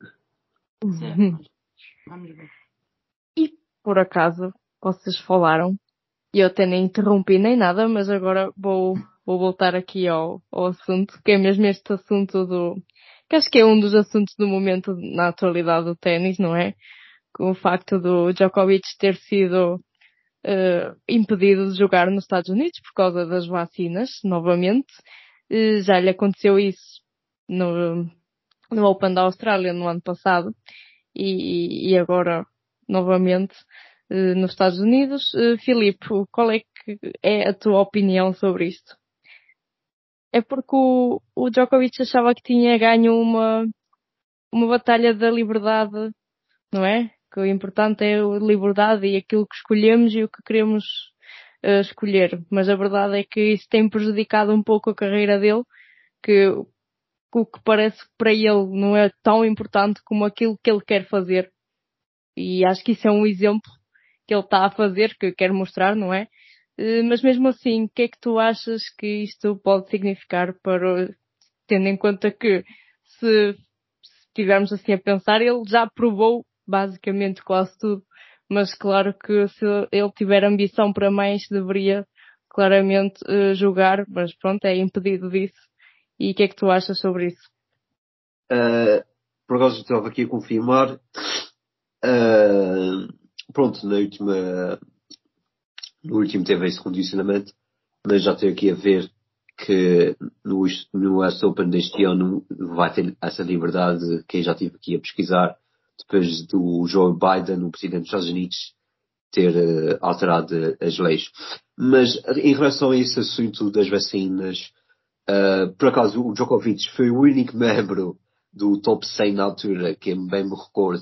Vamos ver. E, por acaso, vocês falaram, e eu até nem interrompi nem nada, mas agora vou voltar aqui ao assunto, que é mesmo este assunto que acho que é um dos assuntos do momento na atualidade do ténis, não é? Com o facto do Djokovic ter sido impedido de jogar nos Estados Unidos por causa das vacinas, novamente. Já lhe aconteceu isso no Open da Austrália no ano passado e agora novamente nos Estados Unidos. Filipe, qual é que é a tua opinião sobre isto? É porque o Djokovic achava que tinha ganho uma batalha da liberdade, não é? Que o importante é a liberdade e aquilo que escolhemos e o que queremos escolher. Mas a verdade é que isso tem prejudicado um pouco a carreira dele, que o que parece que para ele não é tão importante como aquilo que ele quer fazer. E acho que isso é um exemplo que ele está a fazer, que quer mostrar, não é? Mas mesmo assim, o que é que tu achas que isto pode significar tendo em conta que se estivermos assim a pensar, ele já provou basicamente quase tudo, mas claro que se ele tiver ambição para mais, deveria claramente jogar, mas pronto, é impedido disso. E o que é que tu achas sobre isso? Por acaso estava aqui a confirmar. Pronto, no último teve esse condicionamento, mas já estou aqui a ver que no US Open deste ano vai ter essa liberdade que eu já estive aqui a pesquisar, depois do Joe Biden, o presidente dos Estados Unidos, ter alterado as leis. Mas em relação a esse assunto das vacinas, por acaso o Djokovic foi o único membro do top 100 na altura, que bem me recordo,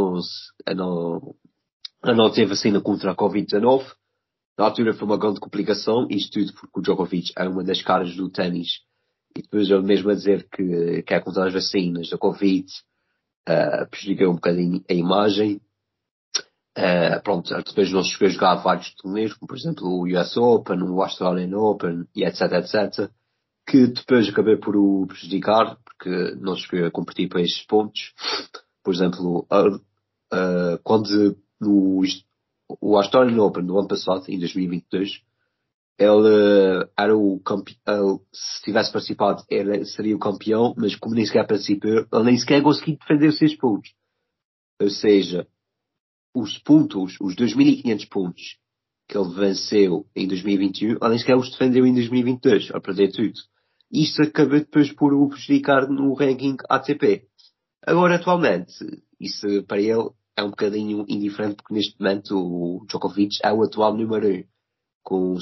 a não ter vacina contra a Covid-19. Na altura foi uma grande complicação, isto tudo porque o Djokovic é uma das caras do ténis. E depois ele mesmo a dizer que é contra as vacinas da Covid, prejudicou um bocadinho a imagem. Pronto, depois não se chegou a jogar vários torneios, como por exemplo o US Open, o Australian Open e etc, etc, que depois acabei por o prejudicar, porque não se chegou a competir para estes pontos. Por exemplo, quando o Australian Open do ano passado, em 2022, ele era o campeão, se tivesse participado, ele seria o campeão, mas como nem sequer participou, ele nem sequer conseguiu defender os 6 pontos. Ou seja, os pontos, os 2.500 pontos que ele venceu em 2021, ele nem sequer os defendeu em 2022, a perder tudo. Isto acaba depois por o prejudicar no ranking ATP. Agora, atualmente, isso para ele é um bocadinho indiferente, porque neste momento o Djokovic é o atual número 1, com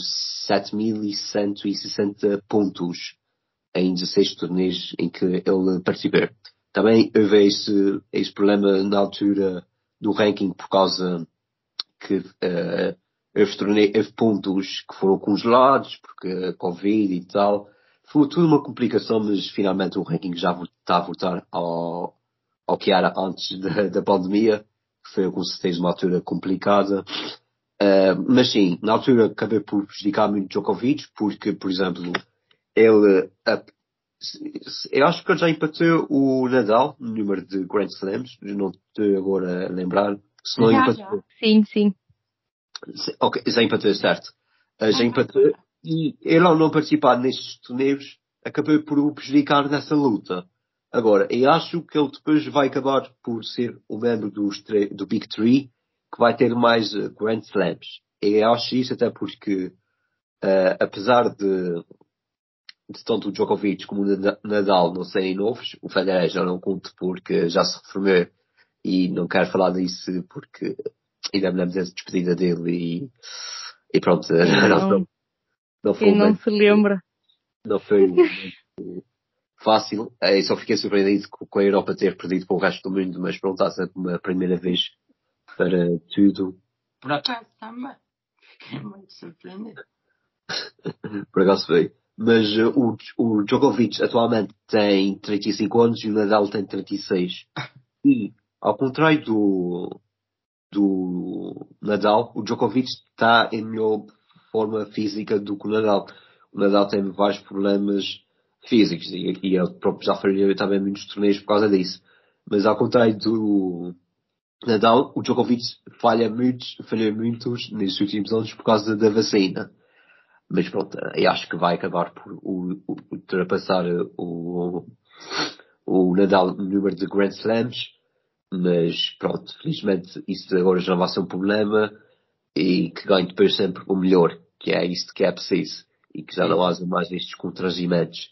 7.160 pontos em 16 torneios em que ele participou. Também houve esse problema na altura do ranking por causa que houve pontos que foram congelados porque Covid e tal. Foi tudo uma complicação, mas finalmente o ranking já está a voltar ao que era antes da pandemia, que foi com certeza uma altura complicada. Mas sim, na altura acabei por prejudicar muito Djokovic, porque, por exemplo, ele, eu acho que ele já empatou o Nadal no número de Grand Slams, não estou agora a lembrar. Se não empatou, Sim. ok, já empatou, certo. Já empatou. E ele, ao não participar nestes torneios, acabou por o prejudicar nessa luta. Agora, eu acho que ele depois vai acabar por ser o membro do Big Three, que vai ter mais Grand Slams. Eu acho isso até porque, apesar de tanto o Djokovic como o Nadal não serem novos, o Federer já não conto porque já se reformou e não quero falar disso porque ainda me lembro da despedida dele e pronto, não foi Quem um não momento, se lembra? não foi um momento fácil. Eu só fiquei surpreendido com a Europa ter perdido para o resto do mundo, mas pronto, está sempre uma primeira vez para tudo. Por acaso também. Fiquei muito surpreendido. Por acaso foi. Mas o Djokovic atualmente tem 35 anos e o Nadal tem 36. E, ao contrário do Nadal, o Djokovic está em melhor forma física do que o Nadal. O Nadal tem vários problemas físicos e ele próprio já falhou também muitos torneios por causa disso. Mas ao contrário do Nadal, o Djokovic falhou muitos nesses últimos anos por causa da vacina. Mas pronto, eu acho que vai acabar por ultrapassar o Nadal no número de Grand Slams. Mas pronto, felizmente isso agora já não vai ser um problema e que ganhe depois sempre o melhor, que é isto que é preciso e que já não haja mais estes constrangimentos.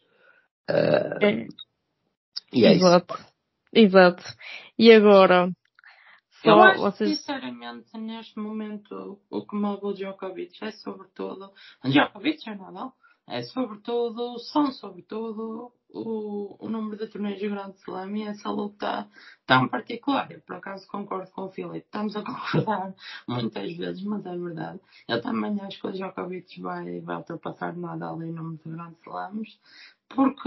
É, E é isso. exato. E agora, Eu só acho, vocês. sinceramente, neste momento, o que move o Djokovic é sobretudo, Djokovic é Nadal, é sobretudo, são sobretudo o número de torneios de Grande Slam e essa luta tão particular. Eu, por acaso, concordo com o Filipe. Estamos a concordar muitas vezes, mas é verdade. Eu também acho que o Djokovic vai ultrapassar Nadal em número de Grand Slams, porque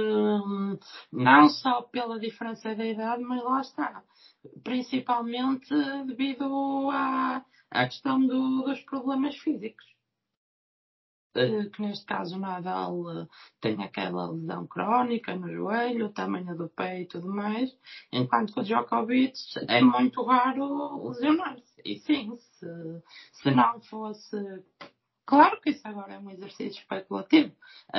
não só pela diferença da idade, mas lá está principalmente devido à questão dos problemas físicos. Que neste caso o Nadal tem aquela lesão crónica no joelho, o tamanho do pé e tudo mais, enquanto que o Djokovic é muito raro lesionar-se. E sim, se não fosse. Claro que isso agora é um exercício especulativo,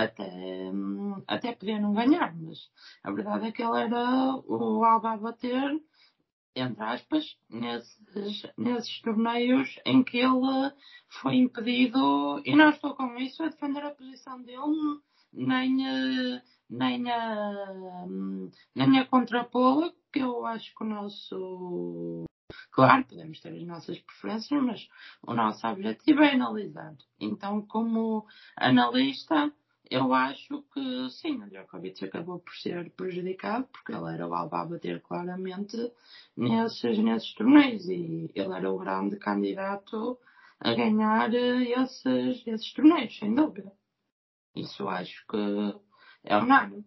até podia não ganhar, mas a verdade é que ele era o alvo a bater entre aspas, nesses torneios em que ele foi impedido, e não estou com isso a defender a posição dele, nem, nem nem a contrapô-la, que eu acho que o nosso. Claro, podemos ter as nossas preferências, mas o nosso objetivo é analisar. Então, como analista, eu acho que sim, o Djokovic acabou por ser prejudicado, porque ele era o alvo a bater claramente nesses torneios e ele era o grande candidato a ganhar esses torneios, sem dúvida. Isso acho que é unânime.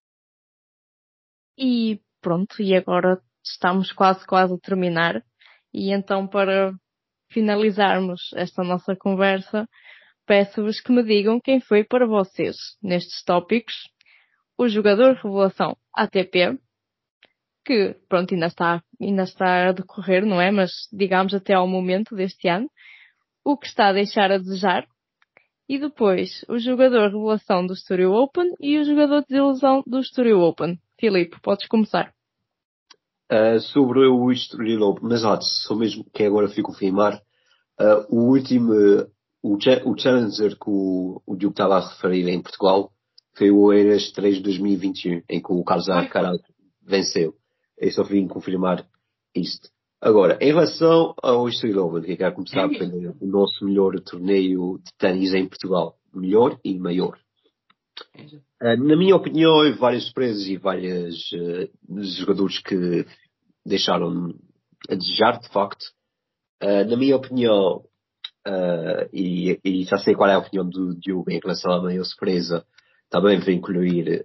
E pronto, e agora estamos quase a terminar. E então, para finalizarmos esta nossa conversa, peço-vos que me digam quem foi para vocês, nestes tópicos, o jogador revelação ATP, que, pronto, ainda está a decorrer, não é? Mas, digamos, até ao momento deste ano, o que está a deixar a desejar. E depois, o jogador revelação do Estoril Open e o jogador de desilusão do Estoril Open. Filipe, podes começar. Sobre o Estoril Open, mas só mesmo que agora fui confirmar, o último, o Challenger que o Diogo estava a referir em Portugal foi o Eiras 3 de 2021, em que o Carlos Alcaraz venceu. Eu só vim confirmar isto. Agora, em relação ao Estoril Open, que quero começar pelo nosso melhor torneio de ténis em Portugal. Melhor e maior. Na minha opinião, houve várias surpresas e vários jogadores que deixaram a desejar, de facto. Na minha opinião, e já sei qual é a opinião do Diogo em relação à maior surpresa, também vou incluir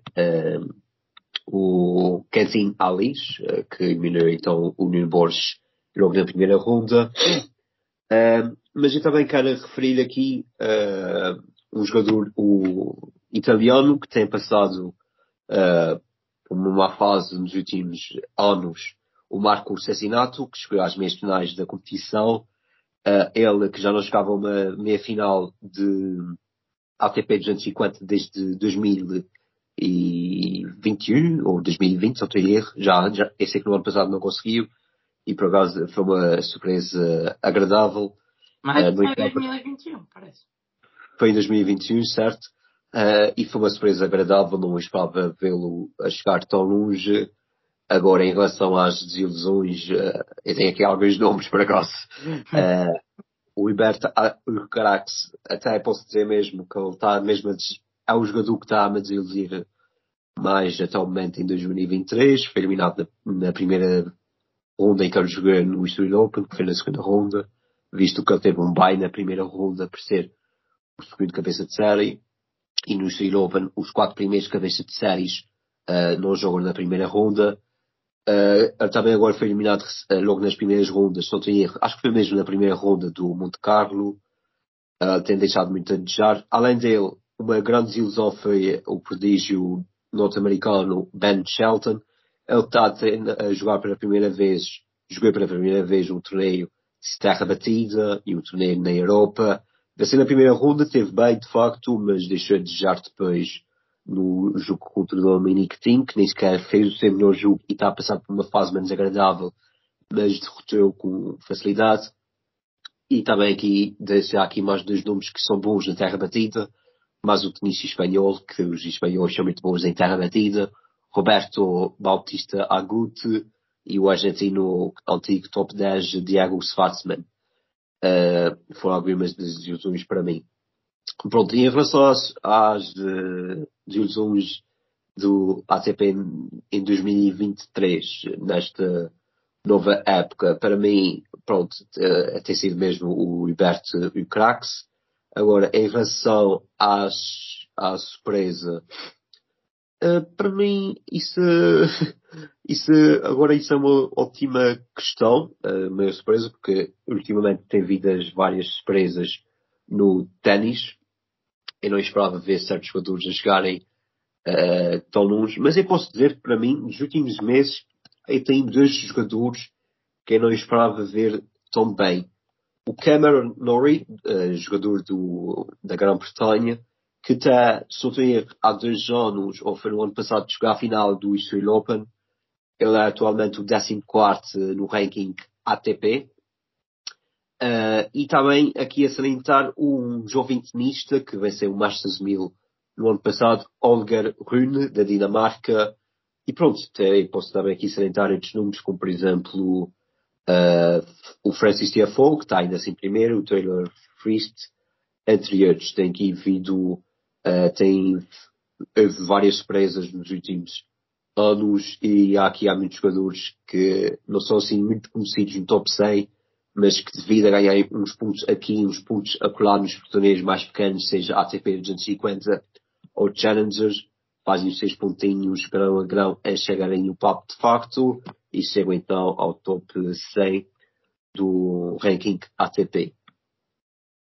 o Kazim Alice, que eliminou então o Nuno Borges logo na primeira ronda. Mas eu também quero referir aqui um jogador italiano que tem passado por uma fase nos últimos anos, o Marco Cecchinato, que chegou às meias finais da competição. Ele que já não jogava uma meia final de ATP 250 desde 2021 ou 2020, se não estou em erro. Já, eu sei que no ano passado não conseguiu e por acaso foi uma surpresa agradável. Mas foi em 2021, parece. Foi em 2021, certo? E foi uma surpresa agradável, não esperava vê-lo a chegar tão longe. Agora, em relação às desilusões, eu tenho aqui alguns nomes, por acaso. O Huberto Carax, até posso dizer mesmo que ele está mesmo é o jogador que está a me desiludir mais até o momento em 2023. Foi eliminado na primeira ronda em que ele jogou no Estoril Open, que foi na segunda ronda, visto que ele teve um bye na primeira ronda por ser o segundo cabeça de série. E no Estoril Open, os 4 primeiros cabeças de séries não jogam na primeira ronda. Ele também agora foi eliminado logo nas primeiras rondas, se não tenho erro. Acho que foi mesmo na primeira ronda do Monte Carlo. Tem deixado muito a desejar. Além dele, uma grande desilusão foi o prodígio norte-americano Ben Shelton. Ele está a jogar pela primeira vez, jogou pela primeira vez um torneio de terra batida e um torneio na Europa. Venceu na primeira ronda, teve bem de facto, mas deixou a desejar depois no jogo contra o Dominic Thiem, que nem sequer fez o seu melhor jogo e está a passar por uma fase menos agradável, mas derrotou com facilidade. E também aqui, deixar aqui mais dois nomes que são bons na terra batida, mas o tenista espanhol, que os espanhóis são muito bons em terra batida, Roberto Bautista Agut e o argentino antigo top 10 Diego Schwartzman. Foram algumas das desilusões para mim. Pronto, e em relação às desilusões do ATP em 2023, nesta nova época, para mim, pronto, tem sido mesmo o Huberto Crax. Agora, em relação à surpresa, para mim, agora isso é uma ótima questão, uma surpresa, porque ultimamente tem havido várias surpresas no ténis. Eu não esperava ver certos jogadores a chegarem tão longe, mas eu posso dizer que para mim, nos últimos meses, eu tenho dois jogadores que eu não esperava ver tão bem. O Cameron Norrie, jogador da Grã-Bretanha, que está, se não tenho erro, há 2 anos, ou foi no ano passado, de jogar a final do Estoril Open. Ele é atualmente o 14º no ranking ATP. E também aqui a salientar um jovem tenista que venceu o Masters 1000 no ano passado, Holger Rune, da Dinamarca. E pronto, posso também aqui salientar outros números, como por exemplo o Francis Tiafoe, que está ainda assim primeiro, o Taylor Fritz, entre outros. Tem aqui vindo, houve várias surpresas nos últimos anos e há muitos jogadores que não são assim muito conhecidos no top 100, mas que devido a ganhar uns pontos aqui, uns pontos acolá nos torneios mais pequenos, seja ATP 250 ou Challengers, fazem os 6 pontinhos grão a grão a chegarem no papo de facto e chegam então ao top 100 do ranking ATP.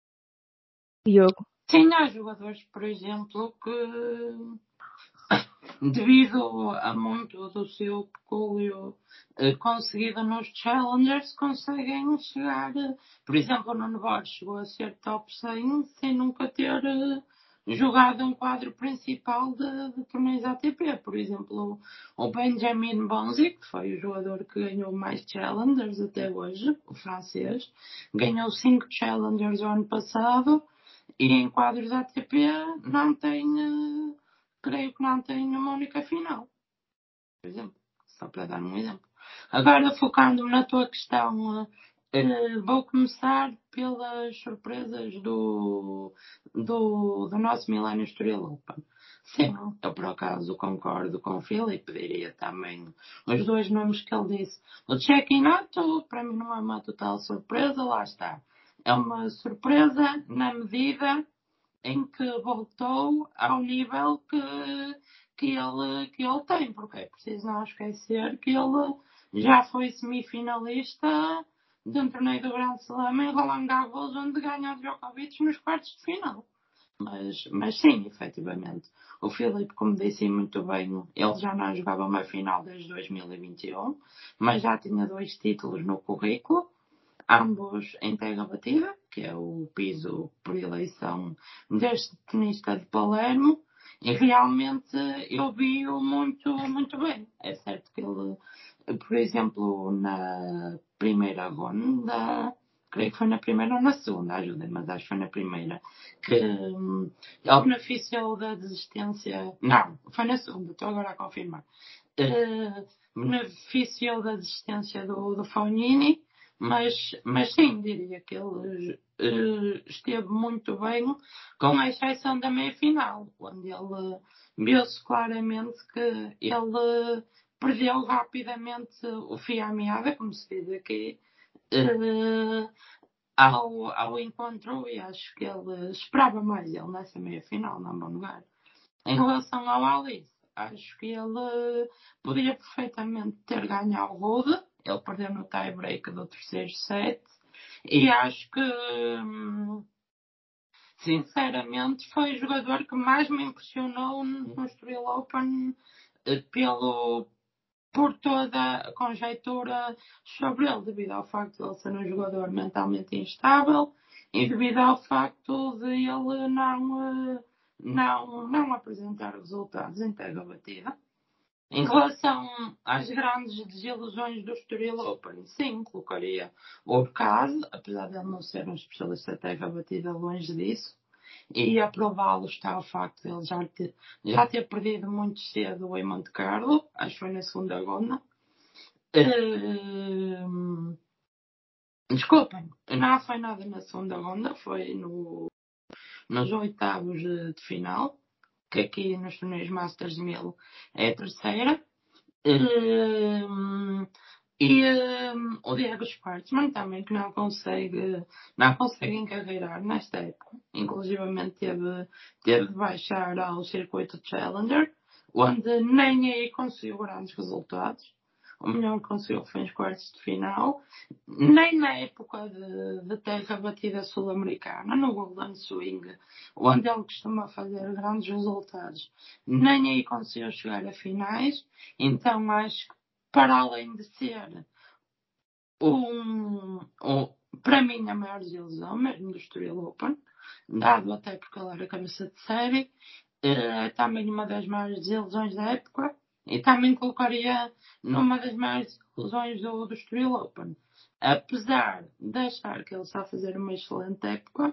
Diogo. Sim, há jogadores, por exemplo, devido a muito do seu peculio conseguido nos Challengers, conseguem chegar, por exemplo, o Nuno Borges chegou a ser top 100 sem nunca ter jogado um quadro principal de torneios ATP. Por exemplo, o Benjamin Bonzi, que foi o jogador que ganhou mais Challengers até hoje, o francês, ganhou 5 Challengers o ano passado e em quadros ATP não tem, creio que não tem uma única final. Por exemplo, só para dar um exemplo. Agora, focando-me na tua questão, vou começar pelas surpresas do nosso Millennium Estoril Open. Sim, eu por acaso concordo com o Filipe, diria também os dois nomes que ele disse. O Cecchinato, para mim não é uma total surpresa, lá está. É uma surpresa na medida em que voltou ao nível que ele tem, porque é preciso não esquecer que ele já foi semifinalista de um torneio do Grand Slam em Roland Garros, onde ganha o Djokovic nos quartos de final. Mas sim, efetivamente. O Filipe, como disse muito bem, ele já não jogava uma final desde 2021, mas já tinha 2 títulos no currículo, ambos em terra batida, que é o piso por eleição deste tenista de Palermo, e realmente eu vi-o muito, muito bem. É certo que ele, por exemplo, na primeira ronda, creio que foi na primeira ou na segunda, ajudem, mas acho que foi na primeira, que ele beneficiou da desistência. Não, foi na segunda, estou agora a confirmar. Beneficiou da desistência do Fognini, mas sim, diria que ele esteve muito bem, com a exceção da meia-final, onde ele viu-se claramente que ele perdeu rapidamente o fio à meada, como se diz aqui, ao encontro, e acho que ele esperava mais ele nessa meia-final, não bom lugar. Em relação ao Alice, acho que ele podia perfeitamente ter ganho ao Rude. Ele perdeu no tie-break do terceiro set. E acho que, sinceramente, foi o jogador que mais me impressionou no Estoril Open por toda a conjectura sobre ele, devido ao facto de ele ser um jogador mentalmente instável e devido ao facto de ele não apresentar resultados em terra batida. Em relação às grandes desilusões do Estoril Open, sim, colocaria o caso, apesar de ele não ser um especialista de terra batida, longe disso. E a prová-lo está o facto de ele já ter perdido muito cedo em Monte Carlo, acho que foi na segunda ronda. Desculpem, não foi nada na segunda ronda, foi nos oitavos de final, que aqui nos torneios Masters 1000 é a terceira. O Diego Schwartzman também, que não consegue encarreirar nesta época. Inclusivamente teve de baixar ao circuito Challenger, onde nem aí conseguiu grandes resultados. O melhor que conseguiu foi nos quartos de final. Nem na época de terra batida sul-americana, no Golden Swing, onde ele costuma fazer grandes resultados, nem aí conseguiu chegar a finais. Então acho que, para além de ser para mim a maior desilusão mesmo do Estoril Open, dado até porque ele era cabeça de série, também uma das maiores desilusões da época, e também colocaria numa das maiores desilusões do Estoril Open. Apesar de achar que ele está a fazer uma excelente época,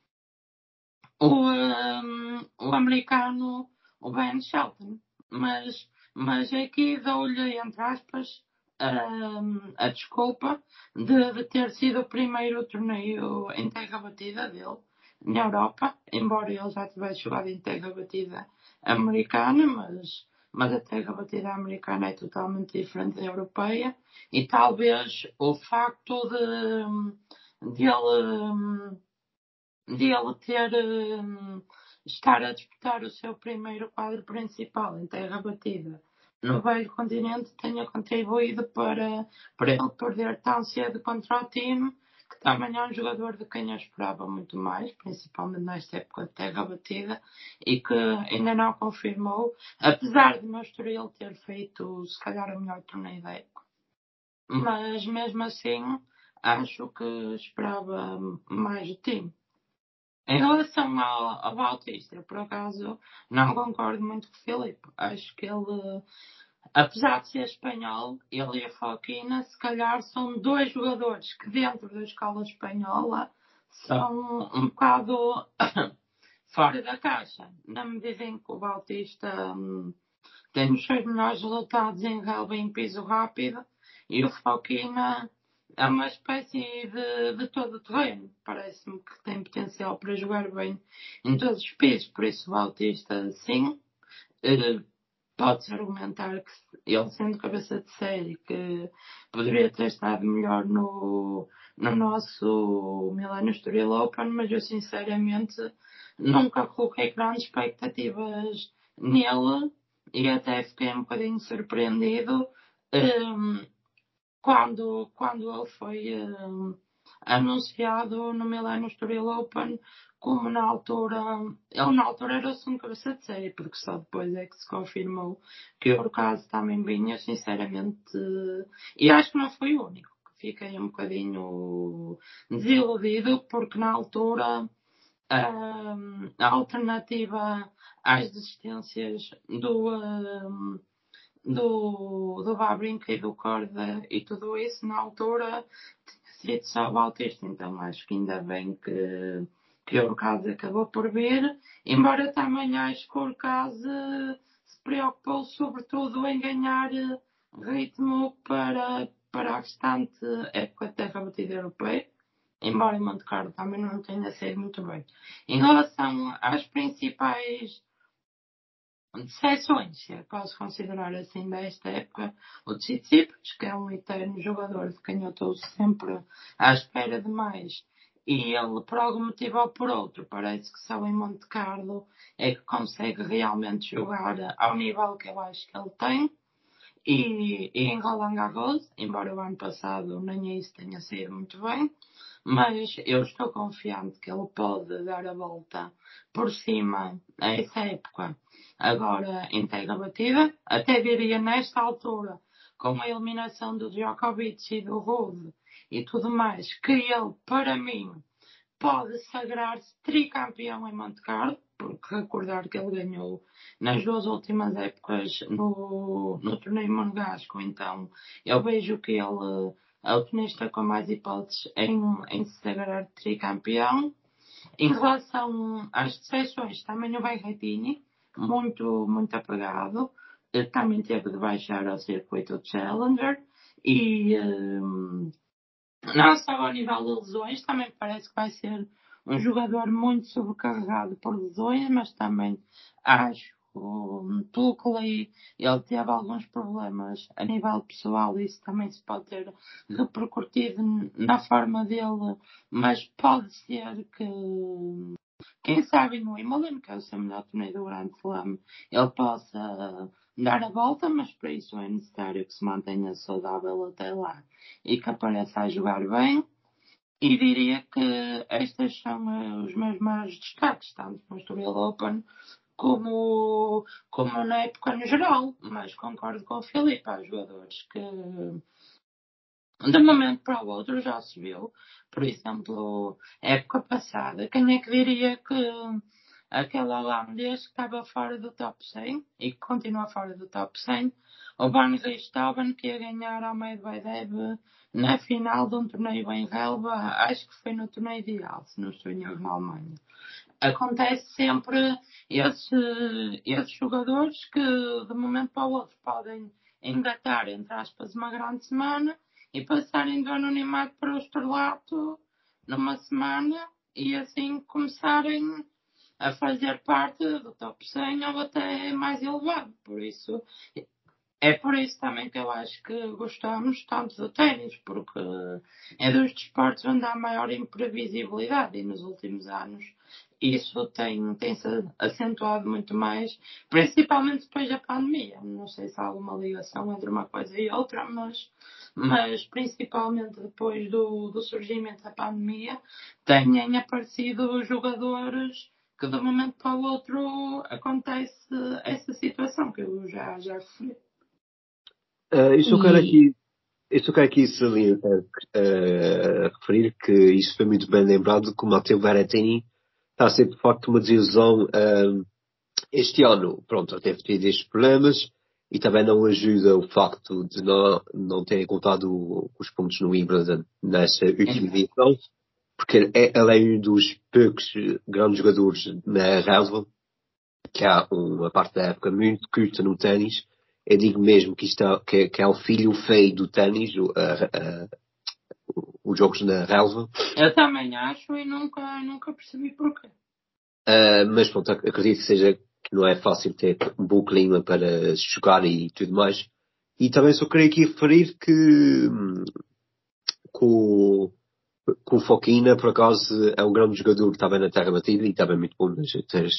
o americano, o Ben Shelton, mas aqui dou-lhe, entre aspas, a desculpa de ter sido o primeiro torneio em terra batida dele na Europa, embora ele já tivesse jogado em terra batida americana, mas a terra batida americana é totalmente diferente da europeia, e talvez o facto de ele ter estar a disputar o seu primeiro quadro principal em terra batida no velho continente tenha contribuído para ele perder tão cedo contra o time que também é um jogador de quem eu esperava muito mais, principalmente nesta época de terra batida, e que ainda não confirmou, apesar de meu Estoril ter feito, se calhar, o melhor torneio da época. Mas, mesmo assim, acho que esperava mais do time. Em relação ao Bautista, por acaso, não concordo muito com o Filipe. Acho que ele, apesar de ser espanhol, ele e a Foquina, se calhar são dois jogadores que dentro da escola espanhola são um bocado fora da caixa. Na medida em que o Bautista tem os seus melhores resultados em relva em piso rápido e o Foquina é uma espécie de todo o terreno. Parece-me que tem potencial para jogar bem em todos os pisos. Por isso o Bautista, sim, pode-se argumentar que ele, sendo cabeça de série, que poderia ter estado melhor no nosso Millennium Estoril Open, mas eu sinceramente nunca coloquei grandes expectativas nele e até fiquei um bocadinho surpreendido quando ele foi anunciado no Millennium Estoril Open, como na altura, ele na altura era o segundo cabeça de série, porque só depois é que se confirmou que o caso também vinha, sinceramente, e acho que não foi o único, que fiquei um bocadinho desiludido, porque na altura a alternativa às desistências do Babrinca e do Corda e tudo isso, na altura tinha sido só o Bautista, então acho que ainda bem que o caso acabou por vir, embora também acho que o caso se preocupou sobretudo em ganhar ritmo para a restante época de terra batida europeia, embora em Monte Carlo também não tenha sido muito bem. Em relação às principais decepções, se posso considerar assim, desta época, o Tsitsipas, que é um eterno jogador de quem eu estou sempre à espera de mais, e ele, por algum motivo ou por outro, parece que só em Monte Carlo é que consegue realmente jogar ao nível que eu acho que ele tem. E em Roland Garros, embora o ano passado nem isso tenha sido muito bem, mas eu estou confiante que ele pode dar a volta por cima a essa época, agora em terra batida, até diria nesta altura, com a eliminação do Djokovic e do Rude e tudo mais, que ele, para mim, pode sagrar-se tricampeão em Monte Carlo, porque recordar que ele ganhou nas duas últimas épocas no torneio monegasco, então eu vejo que ele é o tenista com mais hipóteses em se sagrar tricampeão. Em relação às decepções, também o Berrettini, muito apagado, também teve de baixar ao circuito Challenger e não só ao nível de lesões, também parece que vai ser um jogador muito sobrecarregado por lesões, mas também acho, pelo que li, ele teve alguns problemas a nível pessoal e isso também se pode ter repercutido na forma dele, mas pode ser que, quem sabe no Wimbledon, que é o seu melhor torneio do Grand Slam, ele possa dar a volta, mas para isso é necessário que se mantenha saudável até lá e que apareça a jogar bem. E diria que estes são os meus maiores destaques, tanto no Estoril Open como na época no geral. Mas concordo com o Filipe, há jogadores que de um momento para o outro já se viu. Por exemplo, época passada, quem é que diria que aquele holandês que estava fora do top 100 e que continua fora do top 100, o Van Richthofen, que ia ganhar ao Medvedev na final de um torneio em relva, acho que foi no torneio de Al, se não estou em erro, na Alemanha. Acontece sempre esses jogadores que de um momento para o outro podem engatar, entre aspas, uma grande semana e passarem do anonimato para o estrelato numa semana e assim começarem a fazer parte do top 100 ou até mais elevado. Por isso, é por isso também que eu acho que gostamos tanto do ténis, porque é dos desportos onde há maior imprevisibilidade e nos últimos anos isso tem-se acentuado muito mais, principalmente depois da pandemia. Não sei se há alguma ligação entre uma coisa e outra, mas principalmente depois do surgimento da pandemia, têm aparecido jogadores que de um momento para o outro acontece essa situação que eu já referi. Eu só quero aqui referir que isso foi muito bem lembrado, que o Matteo Berrettini está a ser de facto uma desilusão este ano. Pronto, ele teve tido estes problemas e também não ajuda o facto de não terem contado os pontos no Wimbledon nesta última edição, porque ele é um dos poucos grandes jogadores na relva, que há uma parte da época muito curta no ténis. Eu digo mesmo que é o filho feio do ténis, os jogos na relva. Eu também acho e nunca percebi porquê. Mas pronto, acredito que não é fácil ter um bom clima para se jogar e tudo mais. E também só queria aqui referir que com o Foquina, por acaso, é um grande jogador que está bem na terra batida e está bem muito bom nas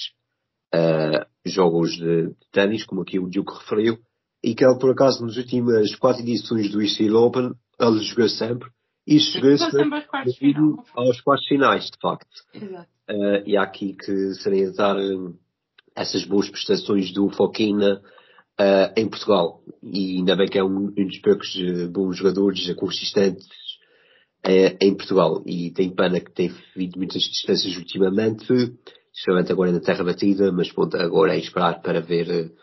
jogos de ténis, como aqui o Diogo referiu, e que ele, por acaso, nas últimas 4 edições do Steel Open, ele jogou sempre, e chegou-se aos quartos finais, de facto. Exato. E há aqui que salientar essas boas prestações do Foquina em Portugal. E ainda bem que é um dos poucos bons jogadores consistentes em Portugal. E tem pena que tem havido muitas distâncias ultimamente, especialmente agora na terra batida, mas pronto, agora é esperar para ver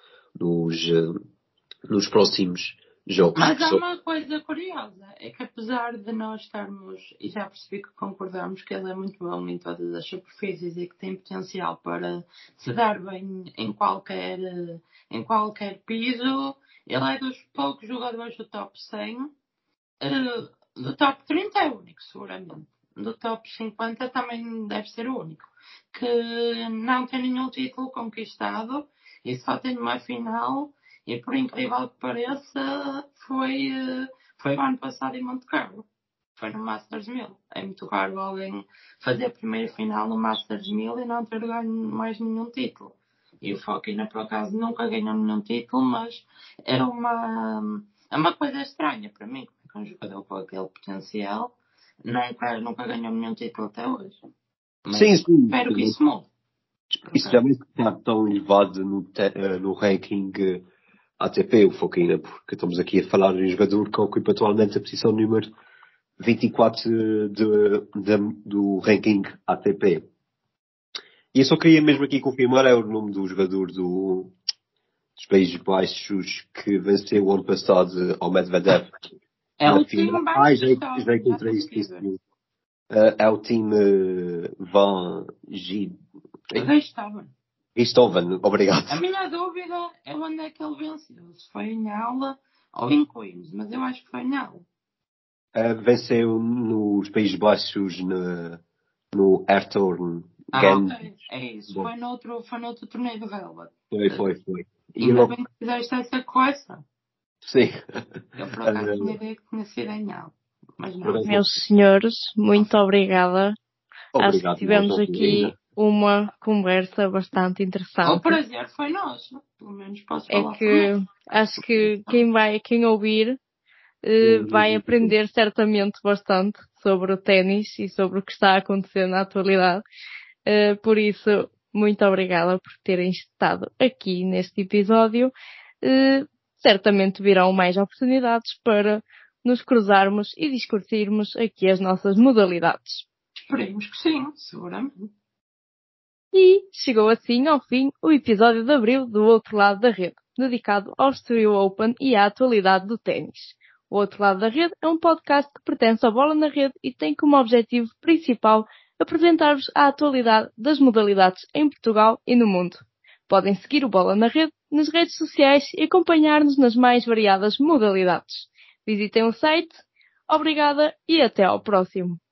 nos próximos jogos. Mas há uma coisa curiosa, é que apesar de nós estarmos, e já percebi que concordamos que ele é muito bom em todas as superfícies e que tem potencial para se dar bem em qualquer piso, ele é dos poucos jogadores do top 100, do top 30 é o único, seguramente. Do top 50 também deve ser o único. Que não tem nenhum título conquistado e só tem uma final. E por incrível que pareça, foi o ano passado em Monte Carlo. Foi no Masters 1000. É muito raro alguém fazer a primeira final no Masters 1000 e não ter ganho mais nenhum título. E o Foquina, por acaso, nunca ganhou nenhum título, mas é uma coisa estranha para mim. Que um jogador com aquele potencial nunca ganhou nenhum título até hoje. Mas sim. Espero que isso mude. Isso também está tão elevado no ranking ATP, o Foquina, porque estamos aqui a falar de um jogador que ocupa atualmente a posição número 24 do ranking ATP. E eu só queria mesmo aqui confirmar o nome do jogador dos Países Baixos que venceu o ano passado ao Medvedev. É o time já encontrei isso. É o time Van Richthofen, obrigado. A minha dúvida é onde é que ele venceu. Se foi em aula ou em Queens, mas eu acho que foi em aula. Venceu nos Países Baixos no Ayrton. Ok. É isso. Foi noutro torneio de relva. Foi. Ainda bem que fizeste essa correção. Sim. Eu por acaso tinha ideia que tinha sido em aula. Mas não. Meus senhores, muito obrigada. Acho que tivemos aqui uma conversa bastante interessante. O prazer foi nosso. Pelo menos posso falar acho que quem ouvir vai aprender certamente bastante sobre o ténis e sobre o que está a acontecer na atualidade. Por isso, muito obrigada por terem estado aqui neste episódio. Certamente virão mais oportunidades para nos cruzarmos e discutirmos aqui as nossas modalidades. Esperemos que sim, seguramente. E chegou assim ao fim o episódio de abril do Outro Lado da Rede, dedicado ao Estoril Open e à atualidade do ténis. O Outro Lado da Rede é um podcast que pertence à Bola na Rede e tem como objetivo principal apresentar-vos a atualidade das modalidades em Portugal e no mundo. Podem seguir o Bola na Rede nas redes sociais e acompanhar-nos nas mais variadas modalidades. Visitem o site. Obrigada e até ao próximo.